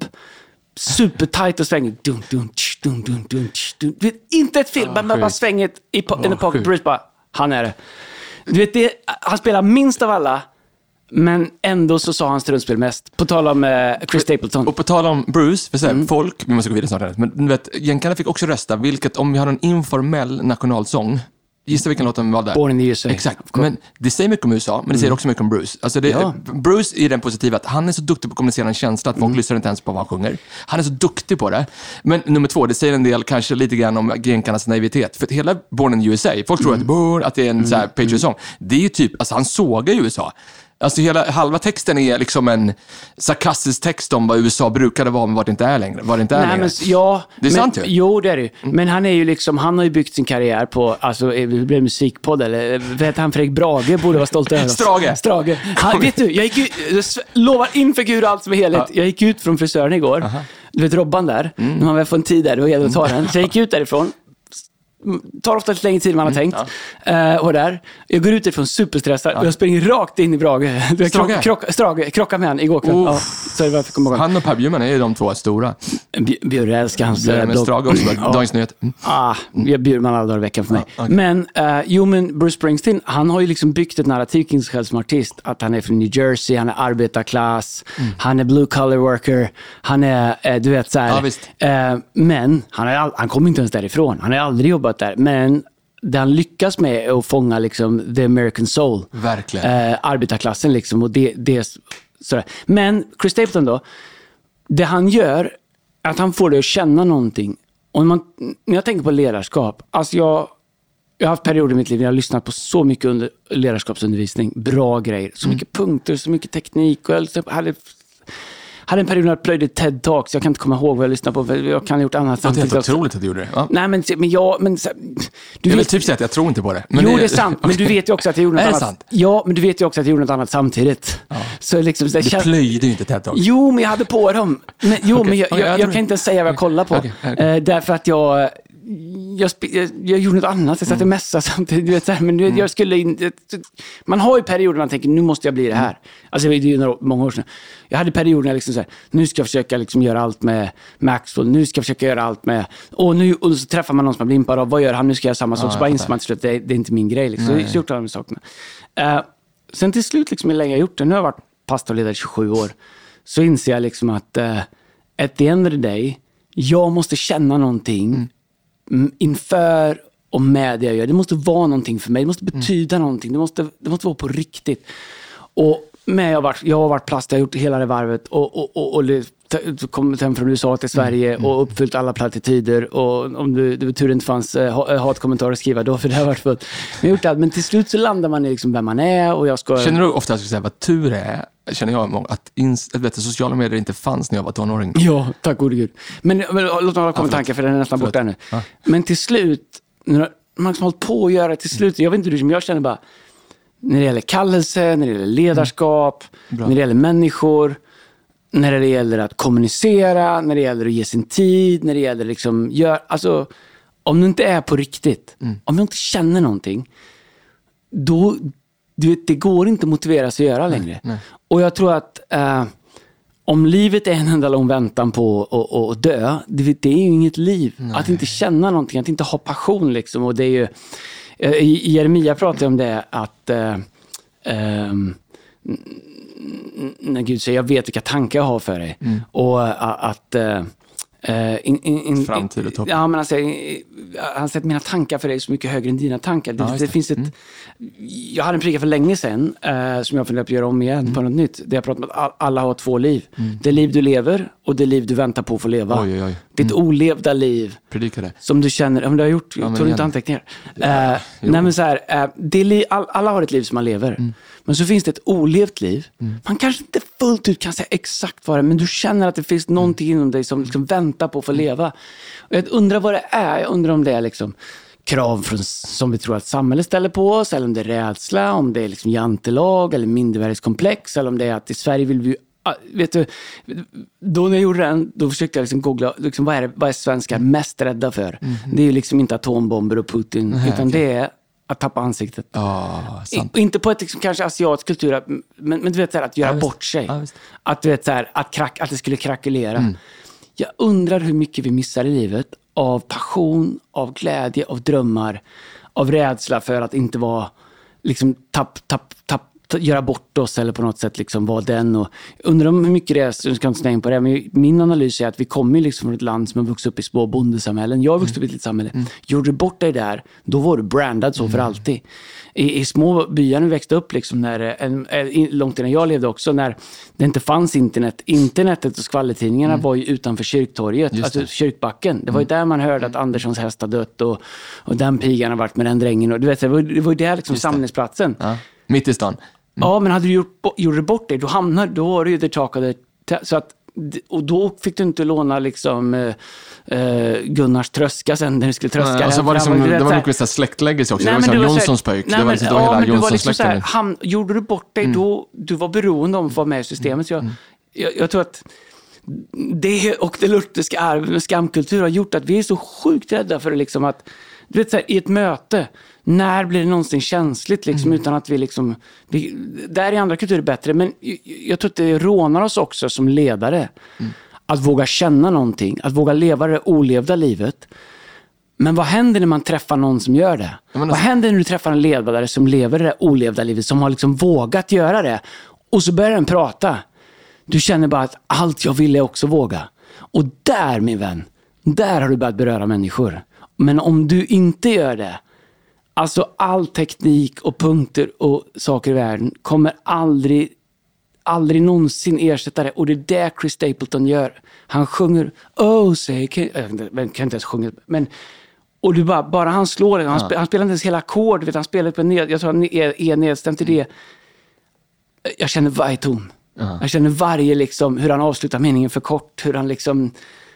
Supertight och svänger. Dun, dun, tsch, dun, dun, dun, tsch, dun. Du vet, inte ett fill, ah, men bara svänget i po- oh, in the pocket. Bruce bara, han är det. Du vet, det, han spelar minst av alla. Men ändå så sa han trumspel mest. På tal om eh, Chris Stapleton. Och på tal om Bruce, för så här, mm. folk, vi måste gå vidare snart. Men du vet, jänkarna fick också rösta, vilket om vi har en informell nationalsång, gissa vilken låt de valde. Born in the U S A. Exakt, men det säger mycket om U S A, men det säger mm. också mycket om Bruce. Alltså det, ja. Bruce är den positiva att han är så duktig på att kommunicera en känsla att folk mm. lyssnar inte ens på vad han sjunger. Han är så duktig på det. Men nummer två, det säger en del kanske lite grann om jänkarnas naivitet. För att hela Born in the U S A, folk tror mm. att, att det är en mm. så här Patriot-sång. Det är ju typ, alltså han sågar ju U S A. Alltså hela, halva texten är liksom en sarkastisk text om vad U S A brukade vara, men vad det inte är längre. Vad det inte är Nej, längre. Men, ja, det är men, sant ju. Jo, det är det. Men han är ju liksom, han har ju byggt sin karriär på, alltså, det blev musikpodd, eller vet han, Fredrik Brage borde vara stolt över oss. Strage. Strage. Han, vet du, jag gick ut, jag lovar inför Gud allt som är heligt. Ja. Jag gick ut från frisören igår. Aha. Du vet Robban där, mm. när man väl får en tid där, då gäller det att ta den. Så jag gick ut därifrån. Tar ofta lite längre tid än man har tänkt. Mm, ja. uh, och där. Jag går ut ifrån superstressad ja. och jag springer rakt in i Brage. Strage? Krock, krock, krockade med han igår kväll. Ja, så det var för komma ihåg. Han och Per Bjurman är ju de två stora. Bjurman älskar hans blogg. Men Strage också, ja. Dagens Nyhet. Mm. Ah, Bjurman alla dagar i veckan för mig. Ja, okay. Men, uh, jo men Bruce Springsteen, han har ju liksom byggt ett narrativ kring sig själv som artist. Att han är från New Jersey, han är arbetarklass, mm. han är blue collar worker, han är, uh, du vet så här. Ja, visst. Uh, men, han, är all, han kommer inte ens därifrån. Han har aldrig jobbat där. Men det han lyckas med är att fånga liksom the American soul. Verkligen. Eh, arbetarklassen liksom. Och det, det, sådär. Men Chris Stapleton då, det han gör är att han får det att känna någonting. Och när, man, när jag tänker på ledarskap, alltså jag, jag har haft perioder i mitt liv när jag har lyssnat på så mycket under, ledarskapsundervisning, bra grejer, så mycket mm. punkter, så mycket teknik. Och jag hade... hade en period när jag plöjde TED-talks. Jag kan inte komma ihåg vad jag lyssnade på. Jag kan ha gjort annat samtidigt. Det är helt otroligt att du gjorde det. Ja. Nej, men, men jag... Men, så, du jag vill typ säga att jag tror inte på det. Men jo, det, det är sant. Men du vet ju också att jag gjorde något är annat. Det sant? Ja, men du vet ju också att jag gjorde något annat samtidigt. Ja. Så liksom, så du känns... plöjde ju inte TED-talks. Jo, men jag hade på dem. Men, jo, okay. men jag, okay, jag, jag, jag kan inte ens säga vad jag kollar på. Okay. Okay. Eh, därför att jag... Jag, jag, jag gjorde något annat. Jag satt och mässade samtidigt. Du vet, så här, men jag, jag skulle in, man har ju perioder man tänker, nu måste jag bli det här. Mm. Alltså det är ju några, många år sedan. Jag hade perioder när jag liksom så här, nu ska jag försöka liksom göra allt med Maxwell. Nu ska jag försöka göra allt med... Och, nu, och så träffar man någon som man blir impad av. Vad gör han? Nu ska jag göra samma sak. Ah, så bara inser man till slut att det, det är inte min grej. Liksom. Så jag har gjort alla de sakerna. Uh, sen till slut, liksom, hur länge jag har gjort det. Nu har jag varit pastorledare i tjugosju år. Så inser jag liksom att uh, at the end of the day, jag måste känna någonting mm. inför och med det jag gör. Det måste vara någonting för mig. Det måste betyda mm. någonting. Det måste, det måste vara på riktigt. Och med jag har varit, jag har varit plast, jag har gjort hela det varvet och, och, och, och t- kommit hem från U S A till Sverige mm. och uppfyllt alla plattityder. Och om du, det tur inte fanns uh, hatkommentarer att skriva då, för det har varit fullt. Men, gjort allt. Men till slut så landar man i liksom vem man är och jag ska... Känner du ofta att jag ska säga vad tur är? Känner jag att, ins- att vet, sociala medier inte fanns när jag var tonåring. Ja, tack gode Gud. Men, men låt mig komma ja, tankar för den är nästan borta nu. Ja. Men till slut, när man har hållit på att göra till slut, jag vet inte hur som jag känner bara, när det gäller kallelse, när det gäller ledarskap, mm. när det gäller människor, när det gäller att kommunicera, när det gäller att ge sin tid, när det gäller liksom, gör, alltså, om du inte är på riktigt, mm. om du inte känner någonting, då... Du vet, det går inte att motivera sig att göra längre. Nej, nej. Och jag tror att eh, om livet är en enda lång väntan på att dö, det, det är ju inget liv. Nej. Att inte känna någonting, att inte ha passion liksom. Och det är ju, eh, i Jeremia pratar jag om det att eh, eh, när Gud säger, jag vet vilka tankar jag har för dig. Mm. Och uh, att... Uh, Uh, in, in, in, Framtid och topp. Ja, men han säger, han säger att mina tankar för dig är så mycket högre än dina tankar. Det, ja, det. det finns ett, mm. Jag hade en predikan för länge sedan uh, som jag funderar på att göra om igen mm. på något nytt. Där jag pratar om att alla har två liv. Mm. Det liv du lever och det liv du väntar på att få leva. Oj, oj, oj. Ditt mm. olevda liv. Predika det. Som du känner, om du har gjort, ja, tog du inte anteckningar. Ja, uh, nej, men så här, uh, det li, all, alla har ett liv som man lever. Mm. Men så finns det ett olevt liv. Mm. Man kanske inte fullt ut kan säga exakt vad det är, men du känner att det finns någonting inom dig som liksom väntar på att få leva. Och jag undrar vad det är. Jag undrar om det är liksom krav från, som vi tror att samhället ställer på oss, eller om det är rädsla, om det är liksom jantelag eller mindervärdeskomplex, eller om det är att i Sverige vill vi... Vet du, då när jag gjorde den, då försökte jag liksom googla, liksom, vad, är det, vad är svenskar mest rädda för? Mm. Det är ju liksom inte atombomber och Putin, nej, utan okay. det är att tappa ansiktet. Oh, I, inte på ett liksom, kanske asiatisk kultur, men, men du vet så här, att göra ja, bort sig. Ja, att du vet så här, att, krack, att det skulle krackelera. Mm. Jag undrar hur mycket vi missar i livet av passion, av glädje, av drömmar, av rädsla för att inte vara liksom tapp, tapp, tapp, göra bort oss eller på något sätt liksom vara den. Och undrar hur mycket det är, jag ska inte snäga på det, men min analys är att vi kommer liksom från ett land som har vuxit upp i små bondesamhällen. Jag har vuxit upp i ett litet samhälle. Mm. Gjorde du bort dig där, då var du brandad så mm. för alltid. I, i små byar när vi växte upp liksom, när, en, en, långt innan jag levde också, när det inte fanns internet. Internetet och skvallertidningarna mm. var ju utanför kyrktorget, just alltså det. Kyrkbacken. Det var ju där man hörde att Anderssons häst har dött och, och den pigan har varit med den drängen. Och, du vet, det var, det var ju där liksom samlingsplatsen. Ja. Mitt i stan. Ja, men hade du gjort, gjort det bort dig, då hamnar då var det ju the talk of the, så att, och då fick du inte låna liksom eh, Gunnars tröska sen när du skulle tröska. Nej, alltså var det, som, det var mycket vissa släktläggelse också. Nej, det var så Jonssons pöjk. Det var liksom, ja, hela men du var liksom så släkten. här, ham, gjorde du bort dig, mm. då du var beroende om att vara med i systemet. Så jag, mm. jag, jag tror att det och det lutherska arvet med skamkultur har gjort att vi är så sjukt rädda för det liksom att, du vet så här, i ett möte, när blir det någonsin känsligt liksom, mm. utan att vi liksom, vi, där är andra kulturer bättre, men jag, jag tror att det rånar oss också som ledare mm. att våga känna någonting, att våga leva det olevda livet. Men vad händer när man träffar någon som gör det? Vad händer när du träffar en ledare som lever det olevda livet, som har liksom vågat göra det, och så börjar den prata. Du känner bara att allt jag vill är också våga. Och där, min vän, där har du börjat beröra människor. Men om du inte gör det, alltså all teknik och punkter och saker i världen kommer aldrig, aldrig någonsin ersätta det. Och det är det Chris Stapleton gör. Han sjunger, oh say, can, jag kan inte ens sjunga, men och du bara, bara han slår det, han, ja. sp- han spelar inte ens hela ackord, vet, han spelar på ned, jag tror han är, är nedstämt till det. Jag känner varje ton. Uh-huh. Jag känner varje liksom, hur han avslutar meningen för kort, hur han liksom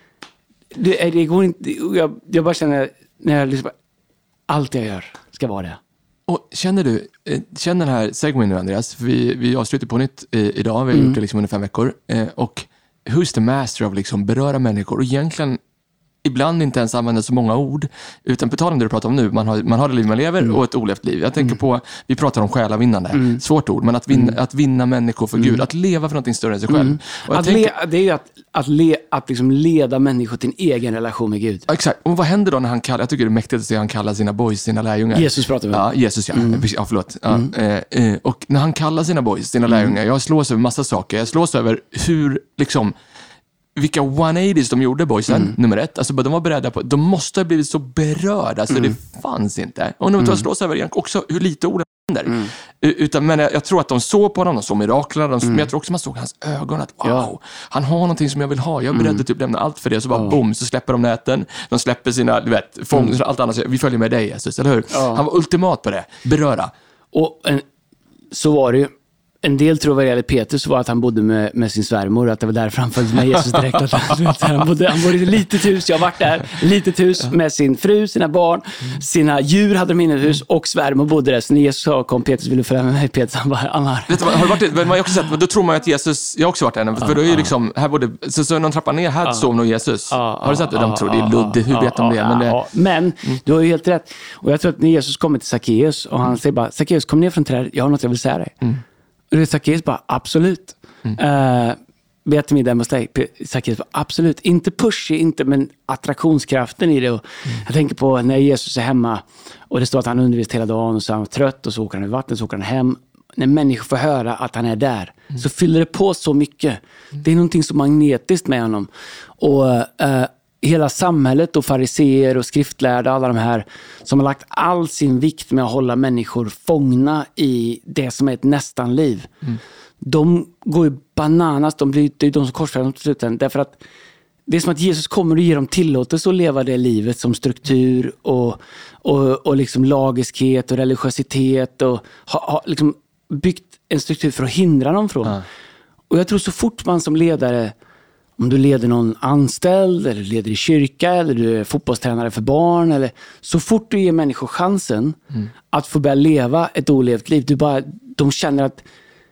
det, det går inte, jag, jag bara känner när jag liksom, allt jag gör ska vara det. Och känner du, känner den här segwayen nu, Andreas, för vi, vi avslutar på nytt eh, idag, vi har mm. gjort det liksom under fem veckor eh, och who's the master av liksom beröra människor och egentligen ibland inte ens använder så många ord, utan på tal om det du pratar om nu, man har, man har det liv man lever mm. och ett olevt liv. Jag tänker mm. på, vi pratar om själavinnande, mm. svårt ord, men att vinna, mm. att vinna människor för mm. Gud, att leva för någonting större än sig själv. Mm. Och att tänker, le, det är ju att, att, le, att liksom leda människor till en egen relation med Gud. Exakt, och vad händer då när han kallar, jag tycker det är mäktigt att se han kallar sina boys, sina lärjungar. Jesus pratar vi om. Ja, Jesus ja, mm. ja förlåt. Ja, mm. eh, och när han kallar sina boys, sina mm. lärjungar, jag slås över massa saker, jag slås över hur liksom vilka etthundraåttio de gjorde, boysen, mm. nummer ett. Alltså, de var beredda på, de måste ha blivit så berörda, så mm. det fanns inte. Och nummer två, mm. slås över också hur lite ord händer. Mm. Utan, men jag, jag tror att de såg på honom, de såg miraklerna, de, mm. men jag tror också man såg hans ögon, att wow, ja. han har någonting som jag vill ha. Jag är beredd att typ lämna allt för det. Så bara ja. boom, så släpper de näten, de släpper sina, du vet, fång, mm. allt annat. Vi följer med dig, Jesus, eller hur? Ja. Han var ultimat på det, beröra. Och en, så var det ju. En del tror vad det gäller Petrus var att han bodde med, med sin svärmor, att det var därför han följde med Jesus direkt. Att han, han, bodde, han bodde i ett litet hus, jag har varit där, litet hus med sin fru, sina barn, sina djur hade de inne i ett hus och svärmor bodde där. Så när Jesus sa, kom Petrus, vill du följa med mig? Petrus, han bara, han har... Vet du, har du varit, men man har också sett, då tror man att Jesus, jag har också varit där, för då är ju liksom, här bodde, så, så någon trappa ner, här stod nog Jesus. Har du sett det? De tror det är luddigt, hur vet de det? Men, det... men du har ju helt rätt. Och jag tror att när Jesus kommer till Zacchaeus och han säger bara, Zacchaeus, kom ner från trädet, jag har något jag vill säga dig. Mm. Och Zacchaeus bara, absolut. Mm. Uh, vi äter middag hos dig. Zacchaeus bara, absolut. Inte pushy, inte, men attraktionskraften i det. Och mm. Jag tänker på när Jesus är hemma och det står att han undervisar hela dagen och så är han trött och så åker han i vattnet, så åker han hem. När människor får höra att han är där mm. så fyller det på så mycket. Mm. Det är någonting så magnetiskt med honom. Och uh, hela samhället och fariseer och skriftlärda, alla de här som har lagt all sin vikt med att hålla människor fångna i det som är ett nästan-liv. Mm. De går ju bananas, de blir de som korsar dem till sluten. Därför att det är som att Jesus kommer och ger dem tillåtelse att leva det livet som struktur och, och, och liksom lagiskhet och religiositet och har ha, liksom byggt en struktur för att hindra dem från. Mm. Och jag tror så fort man som ledare, om du leder någon anställd eller leder i kyrka eller du är fotbollstränare för barn, eller så fort du ger människor chansen mm. att få börja leva ett olevt liv, du bara, de känner att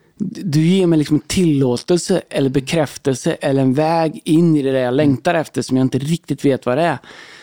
du ger mig liksom en tillåtelse eller bekräftelse eller en väg in i det där jag längtar efter som jag inte riktigt vet vad det är.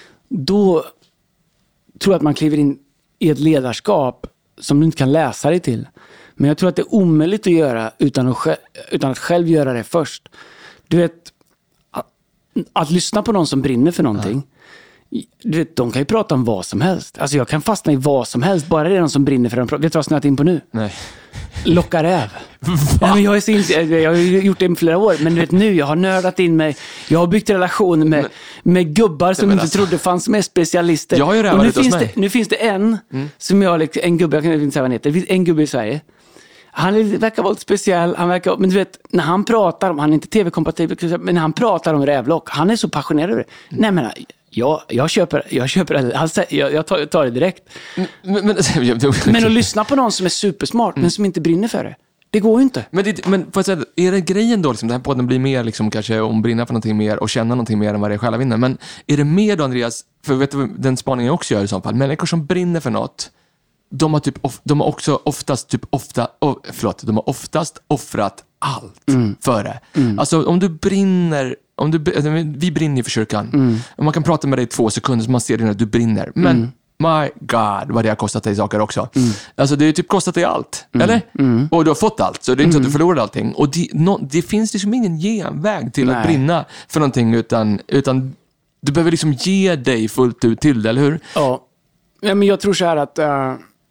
Då tror jag att man kliver in i ett ledarskap som du inte kan läsa dig till. Men jag tror att det är omöjligt att göra utan att, själv, utan att själv göra det först. Du vet, att, att lyssna på någon som brinner för någonting. Ja. Du vet, de kan ju prata om vad som helst. Alltså jag kan fastna i vad som helst. Bara det är någon som brinner för den. Vet du vad jag har snöat in på nu? Nej. Locka räv. Ja, men jag, är så, jag har gjort det i flera år. Men du vet nu, jag har nördat in mig. Jag har byggt relationer med, men, med gubbar som inte alltså, trodde fanns med specialister. Jag har ju det här nu, finns det, nu finns det en mm. som jag, en gubbe, jag kan inte säga vad han heter. Det finns en gubbe i Sverige. Han verkar vara lite speciell, han verkar, men du vet, när han pratar om, han är inte tv-kompatibel, men när han pratar om rävlock, han är så passionerad över det. Nej men, jag, jag köper, jag köper, alltså, jag, jag tar, tar det direkt. Men, men, men att lyssna på någon som är supersmart, mm. men som inte brinner för det. Det går ju inte. Men, det, men får jag säga, är det grejen då, liksom, den här podden blir mer liksom, kanske om brinna för någonting mer och känna någonting mer än vad det är själva vinner. Men är det mer då, Andreas, för vet du, den spaningen jag också gör i så fall, människor som brinner för något, de har, typ, de har också oftast typ ofta, oh, förlåt, de har oftast offrat allt mm. för det. Mm. Alltså om du brinner, om du, vi brinner för kyrkan. Mm. Man kan prata med dig i två sekunder så man ser att du brinner. Men mm. my God, vad det har kostat dig saker också. Mm. Alltså det har typ kostat dig allt, mm. eller? Mm. Och du har fått allt, så det är inte mm. så att du förlorar allting. Och det, no, det finns liksom ingen genväg till Nej. Att brinna för någonting utan, utan du behöver liksom ge dig fullt ut till det, eller hur? Ja, ja men jag tror så här att uh,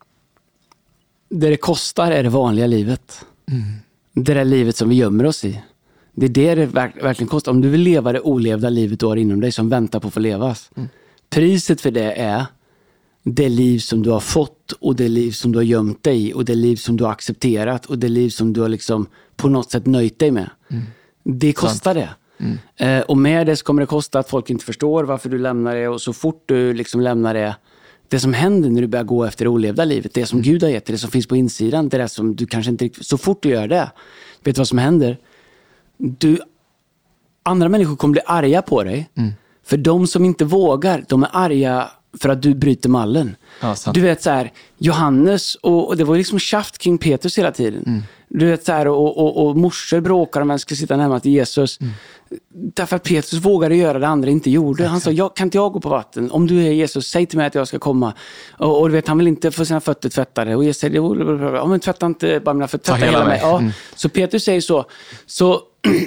det det kostar är det vanliga livet. Mm. Det där livet som vi gömmer oss i. Det är det det verk- verkligen kostar. Om du vill leva det olevda livet du har inom dig som väntar på att få levas. Mm. Priset för det är det liv som du har fått och det liv som du har gömt dig i och det liv som du har accepterat och det liv som du har liksom på något sätt nöjt dig med. Mm. Det kostar Sant. Det. Mm. Eh, och med det så kommer det kosta att folk inte förstår varför du lämnar det, och så fort du liksom lämnar det, det som händer när du börjar gå efter det olevda livet, det som mm. Gud har gett dig, det som finns på insidan, det där som du kanske inte riktigt, så fort du gör det, vet du vad som händer? Du, andra människor kommer bli arga på dig. Mm. För de som inte vågar, de är arga för att du bryter mallen. Ja, du vet så här, Johannes och, och det var liksom tjaft kring Petrus hela tiden. Mm. Du vet så här, och, och, och morsor bråkar om vem ska sitta närmare till Jesus. Mm. Därför att Petrus vågade göra det andra inte gjorde. Exakt. Han sa, jag, kan inte jag gå på vatten? Om du är Jesus, säg till mig att jag ska komma. Och, och du vet, han vill inte få sina fötter tvättade. Och Jesus säger, ja men tvätta inte bara mina fötter, tvätta hela, hela mig. mig. Ja. Mm. Så Petrus säger så. Så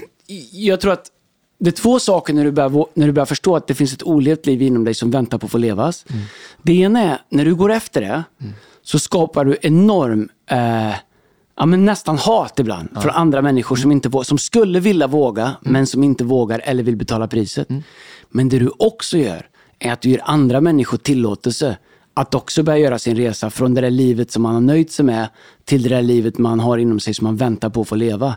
jag tror att det är två saker när du, börjar, när du börjar förstå att det finns ett olevt liv inom dig som väntar på att få levas. Mm. Det ena är, när du går efter det, mm. så skapar du enorm, eh, ja, men nästan hat ibland ja. Från andra människor som, inte vågar, som skulle vilja våga, mm. men som inte vågar eller vill betala priset. Mm. Men det du också gör är att du ger andra människor tillåtelse att också börja göra sin resa från det där livet som man har nöjt sig med till det där livet man har inom sig som man väntar på att få leva.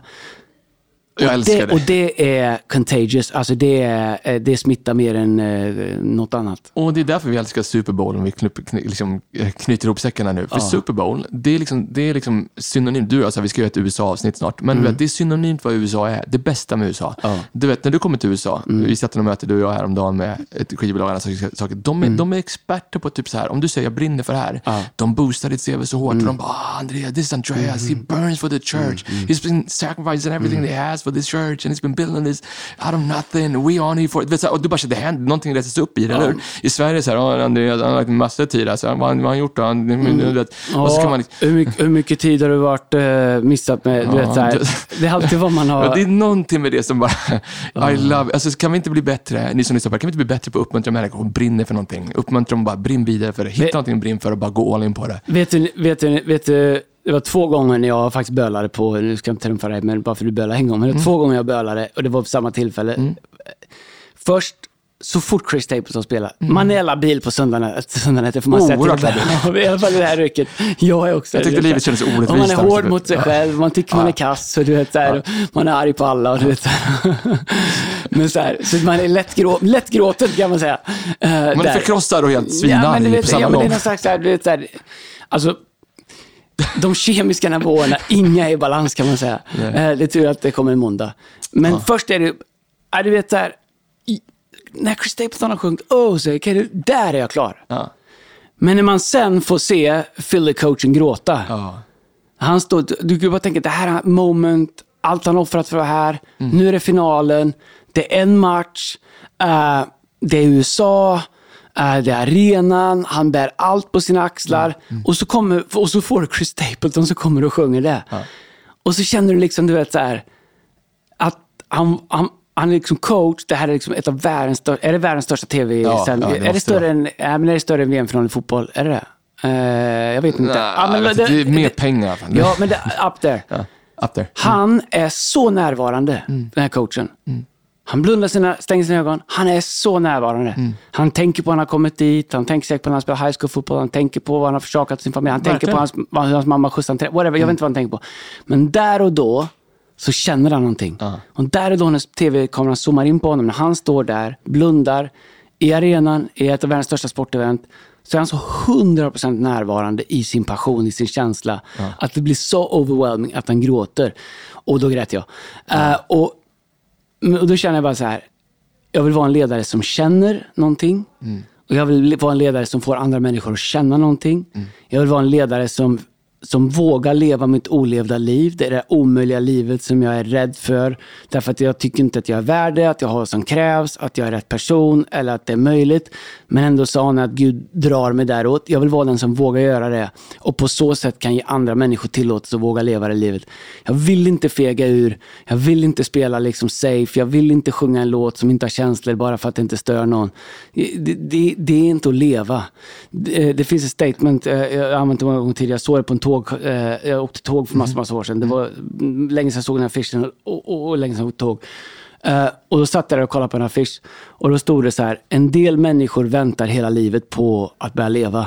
Jag älskar det, det. Och det är contagious. Alltså det, är, det smittar mer än eh, något annat. Och det är därför vi älskar Super Bowl, om vi knyp, kny, liksom, knyter ihop säckarna nu. För ja. Super Bowl, det är liksom, det är liksom synonymt. Du, alltså, vi ska göra ett U S A-avsnitt snart. Men mm. vet, det är synonymt vad U S A är. Det bästa med U S A. Ja. Du vet, när du kommer till U S A, mm. vi satt och möte du och jag häromdagen med ett skivbolag och saker. De är, mm. de är experter på typ så här, om du säger jag brinner för det här, ja. De boostar ditt C V så hårt. Mm. Och de bara, ah, Andreas, this is Andreas. Mm. He burns for the church. Mm. He's been sacrificing everything mm. they has for this church. And he's been building this out of nothing. We on here for it. Och du bara känner, det händer någonting rättas upp i det, ja. Eller? I Sverige så här, oh, Andreas, han har lagt en massa tid. Alltså, vad har han gjort då? Han, mm. vet, ja, och så kan man liksom... hur, mycket, hur mycket tid har du varit uh, missat med? Du ja, vet, så här, det är alltid vad man har... Ja, det är någonting med det som bara... I love... Alltså, kan vi inte bli bättre? Ni som lyssnar på, kan vi inte bli bättre på att uppmuntra människor och brinna för någonting? Uppmuntra dem bara, brinn vidare för det. Hitta vet, någonting att brinna för och bara gå all in på det. Vet du, vet du, vet du det var två gånger när jag faktiskt bölade på, nu ska jag inte trumfa dig, men bara för att du bölade en gång, men det var mm. två gånger jag bölade och det var på samma tillfälle. Mm. Först, så fort Chris Stapleton spelade, mm. man är labil på söndagsnätet, får man oh, säga till. I alla fall i det här rycket. Jag är också. Jag tyckte livet kändes orättvist. Och man är hård mot sig själv, man tycker man är kass och du vet, så här, ja. Man är arg på alla och du vet. Men så här, så man är lätt, grå, lätt gråten kan man säga. Uh, man är där. Förkrossad och helt svinarg ja, på samma ja, gång. Men det är någon slags så här, du vet, så här, alltså de kemiska nivåerna, inga är i balans kan man säga. Yeah. Det är tur att det kommer en måndag. Men ah. först är det, är du vet där, när Chris Stapleton har sjungit, oh, så, okay, där är jag klar. Ah. Men när man sen får se Philly-coachen gråta, ah. han står, du kan bara tänka, det här är moment, allt han offrat för det här, mm. nu är det finalen, det är en match, uh, det är U S A, Uh, det är arenan, han bär allt på sina axlar mm. Mm. Och, så kommer, och så får du Chris Stapleton som kommer och sjunger det ja. Och så känner du liksom, du vet så här, att han, han, han är liksom coach. Det här är liksom ett av världens största, är det världens största tv ja, sen, ja, det är det större än, äh, men är det större än V M-final i fotboll, är det det? Uh, jag vet inte. Nej, ah, men det, det är mer det, pengar. Ja, men det up there. ja, up there. Mm. Han är så närvarande, mm. den här coachen. Mm. Han blundar sina, stänger sina ögon. Han är så närvarande. Mm. Han tänker på att han har kommit dit. Han tänker säkert på att han spelar high school fotboll. Han tänker på vad han har försakat sin familj. Han Verkligen. tänker på hans, hur hans mamma skjutsar han. Whatever, mm. jag vet inte vad han tänker på. Men där och då så känner han någonting. Uh. Och där och då när tv-kameran zoomar in på honom. När han står där, blundar i arenan, i ett av världens största sportevent. så är han så hundra procent närvarande i sin passion, i sin känsla. Ja. Att det blir så overwhelming att han gråter. Och då grät jag. Ja. Uh, och, och då känner jag bara så här, jag vill vara en ledare som känner någonting. Mm. Och jag vill vara en ledare som får andra människor att känna någonting. Mm. Jag vill vara en ledare som som vågar leva mitt olevda liv. Det är det omöjliga livet som jag är rädd för. Därför att jag tycker inte att jag är värd det, att jag har vad som krävs, att jag är rätt person eller att det är möjligt. Men ändå sa han att Gud drar mig däråt. Jag vill vara den som vågar göra det. Och på så sätt kan ge andra människor tillåtelse att våga leva det livet. Jag vill inte fega ur. Jag vill inte spela liksom safe. Jag vill inte sjunga en låt som inte har känslor bara för att det inte stör någon. Det, det, det är inte att leva. Det, det finns ett statement, jag har använt det många gånger tidigare. Jag såg det på en tåg. Jag åkte tåg för massor, massor år sedan. Det var länge sedan jag såg den här affischen och, och, och länge sedan jag åkte tåg. Uh, och då satt jag där och kollade på en affisch. Och då stod det så här: en del människor väntar hela livet på att börja leva.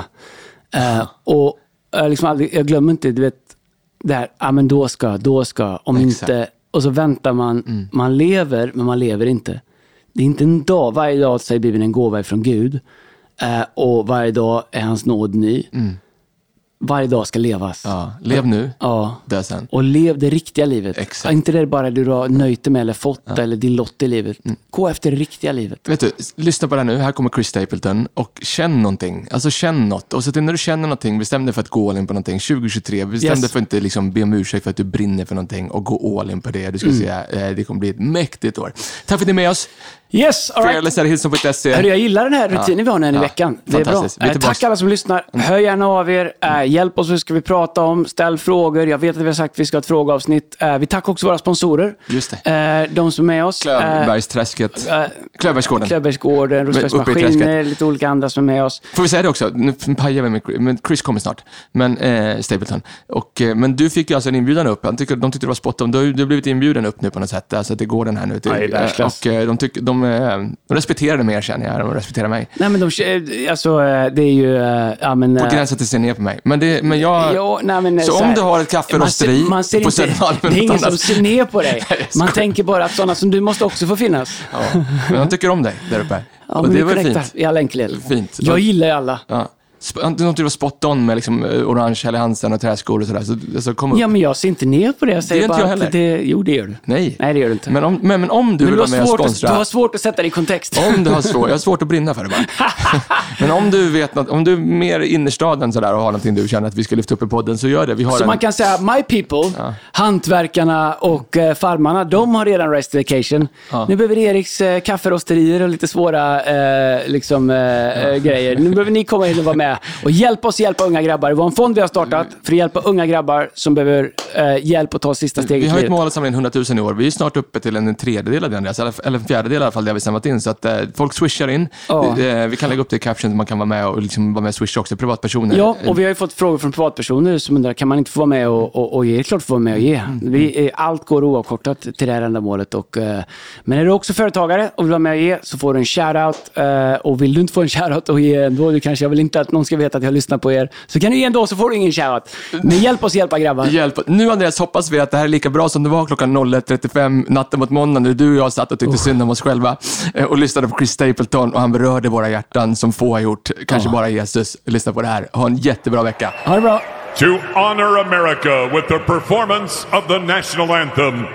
Uh, och uh, liksom aldrig, jag glömmer inte, du vet, det här, ja ah, men då ska, då ska, om Exakt. inte. Och så väntar man, mm. man lever, men man lever inte. Det är inte en dag, varje dag säger Bibeln en gåva ifrån Gud. Uh, och varje dag är hans nåd ny. Mm. Varje dag ska levas. Ja, lev nu, ja. dö sen. Och lev det riktiga livet. Exakt. Inte det bara du har nöjt dig med eller fått ja. eller din lott i livet. Mm. Gå efter det riktiga livet. Vet du, lyssna på det här nu. Här kommer Chris Stapleton och känn någonting. Alltså känn något. Och så att när du känner någonting, bestäm dig för att gå all in på någonting. tjugo tjugotre, bestäm yes. dig för att inte liksom be om ursäkt för att du brinner för någonting och gå all in på det. Du ska mm. säga, det kommer bli ett mäktigt år. Tack för att ni är med oss. Yes, all right. Fearless är hilson punkt se. Jag gillar den här rutinen ja. vi har nu i ja. veckan. Det är bra. Eh, tack alla som lyssnar. Hör gärna av er. Eh, hjälp oss, hur ska vi prata om. Ställ frågor. Jag vet att vi har sagt att vi ska ha ett frågeavsnitt. Eh, vi tackar också våra sponsorer. Just det. Eh, de som är med oss. Klövbergsträsket. Eh, Klövbergsgården. Klövbergsgården. Rostbergs maskiner. Lite olika andra som är med oss. Får vi säga det också? Nu pajar vi med Chris. Men Chris kommer snart. Men eh, Stapleton. Och, eh, men du fick ju alltså en inbjudan upp. De tyckte, de tyckte det var spot on. Du har ju blivit inbjuden upp nu på något sätt. Alltså det går den här nu. Till, ja, det är eh, och eh, de tycker... De, eh, de respekterar det mer, känner jag. De respekterar mig. Nej, men de, alltså, det är ju... Ja, men, på gränsen till att se ner på mig. Men, det, men jag... Jo, nej, men, så, så om här, du har ett kafferosteri man ser, man ser inte, det är ingen som ser ner på dig. Man tänker bara att sådana som du måste också få finnas. Ja, men de tycker om dig där uppe. Ja, och det var fint. I all enkelhet. Fint. Jag gillar ju alla. Ja. Du tyckte det var spot on med liksom orange eller Hansen och träskor och sådär. Så, så kom upp. Ja, men jag ser inte ner på det. Jag säger det är bara inte jag heller. Det, jo, det gör du. Nej. Nej, det gör du inte. Men om, men, men om du men vill vara med och sponsra... Du har svårt att sätta det i kontext. Om du har svårt, jag har svårt att brinna för det bara. Men om du vet något, om du är mer i innerstaden sådär och har någonting du känner att vi ska lyfta upp i podden, så gör det. Vi har så en... man kan säga, my people, ja. hantverkarna och eh, farmarna, de har redan rest vacation. Ja. Nu behöver Eriks eh, kafferosterier och lite svåra eh, liksom, eh, ja. grejer. Nu behöver ni komma in och vara med och hjälpa oss hjälpa unga grabbar. Det var en fond vi har startat för att hjälpa unga grabbar som behöver eh, hjälp att ta sista steget. Vi har ett mål att samla in hundratusen i år. Vi är snart uppe till en tredjedel av det, Andreas. Eller, eller en fjärdedel i alla fall, det har vi samlat in. Så att eh, folk swishar in. Oh. Eh, vi kan lägga upp det i caption så man kan vara med och liksom vara med och swisha också. Privatpersoner. Ja, och vi har ju fått frågor från privatpersoner som undrar, kan man inte få vara med och, och, och ge? Klart få vara med och ge. Mm. Vi, allt går oavkortat till det här ändamålet. Och, eh, men är du också företagare och vill vara med och ge, så får du en shoutout. Eh, och vill du inte få en shoutout och ge ändå, du kanske, jag vill inte att någon ska veta att jag lyssnar på er, så kan du ge ändå, så får du ingen shoutout. Men hjälp oss hjälpa grabbar. Hjälp. Nu, Andreas, hoppas vi att det här är lika bra som det var klockan noll ett trettiofem natten mot måndag när du och jag satt och tyckte oh. synd om oss själva och lyssnade på Chris Stapleton och han berörde våra hjärtan som få har gjort. Kanske oh. bara Jesus. Lyssna på det här. Ha en jättebra vecka. Ha det bra. To honor America with the performance of the national anthem,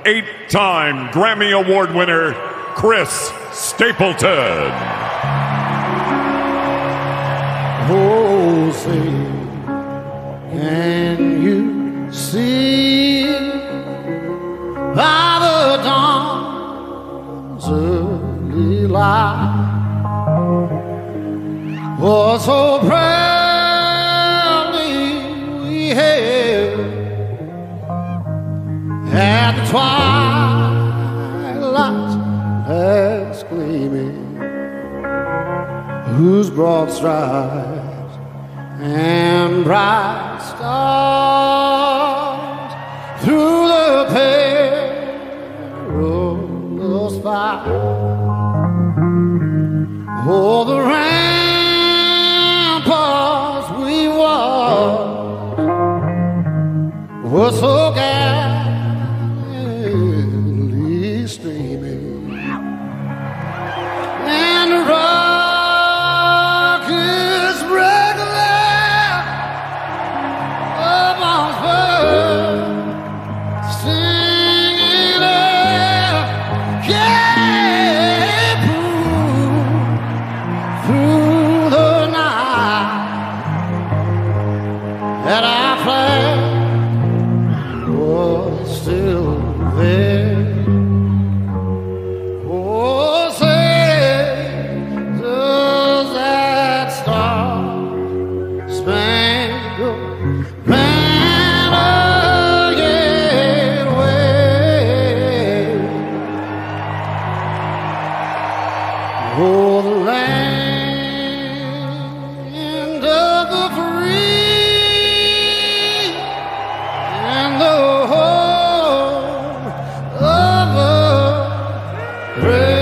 eight-time Grammy Award winner Chris Stapleton. Oh, say, can you see by the dawn's early light what so proudly we hailed at the twilight's last gleaming, whose broad stripes and bright stars through the perilous fight. Oh, the ramparts we walked were so gallantly streaming, and the rockets pray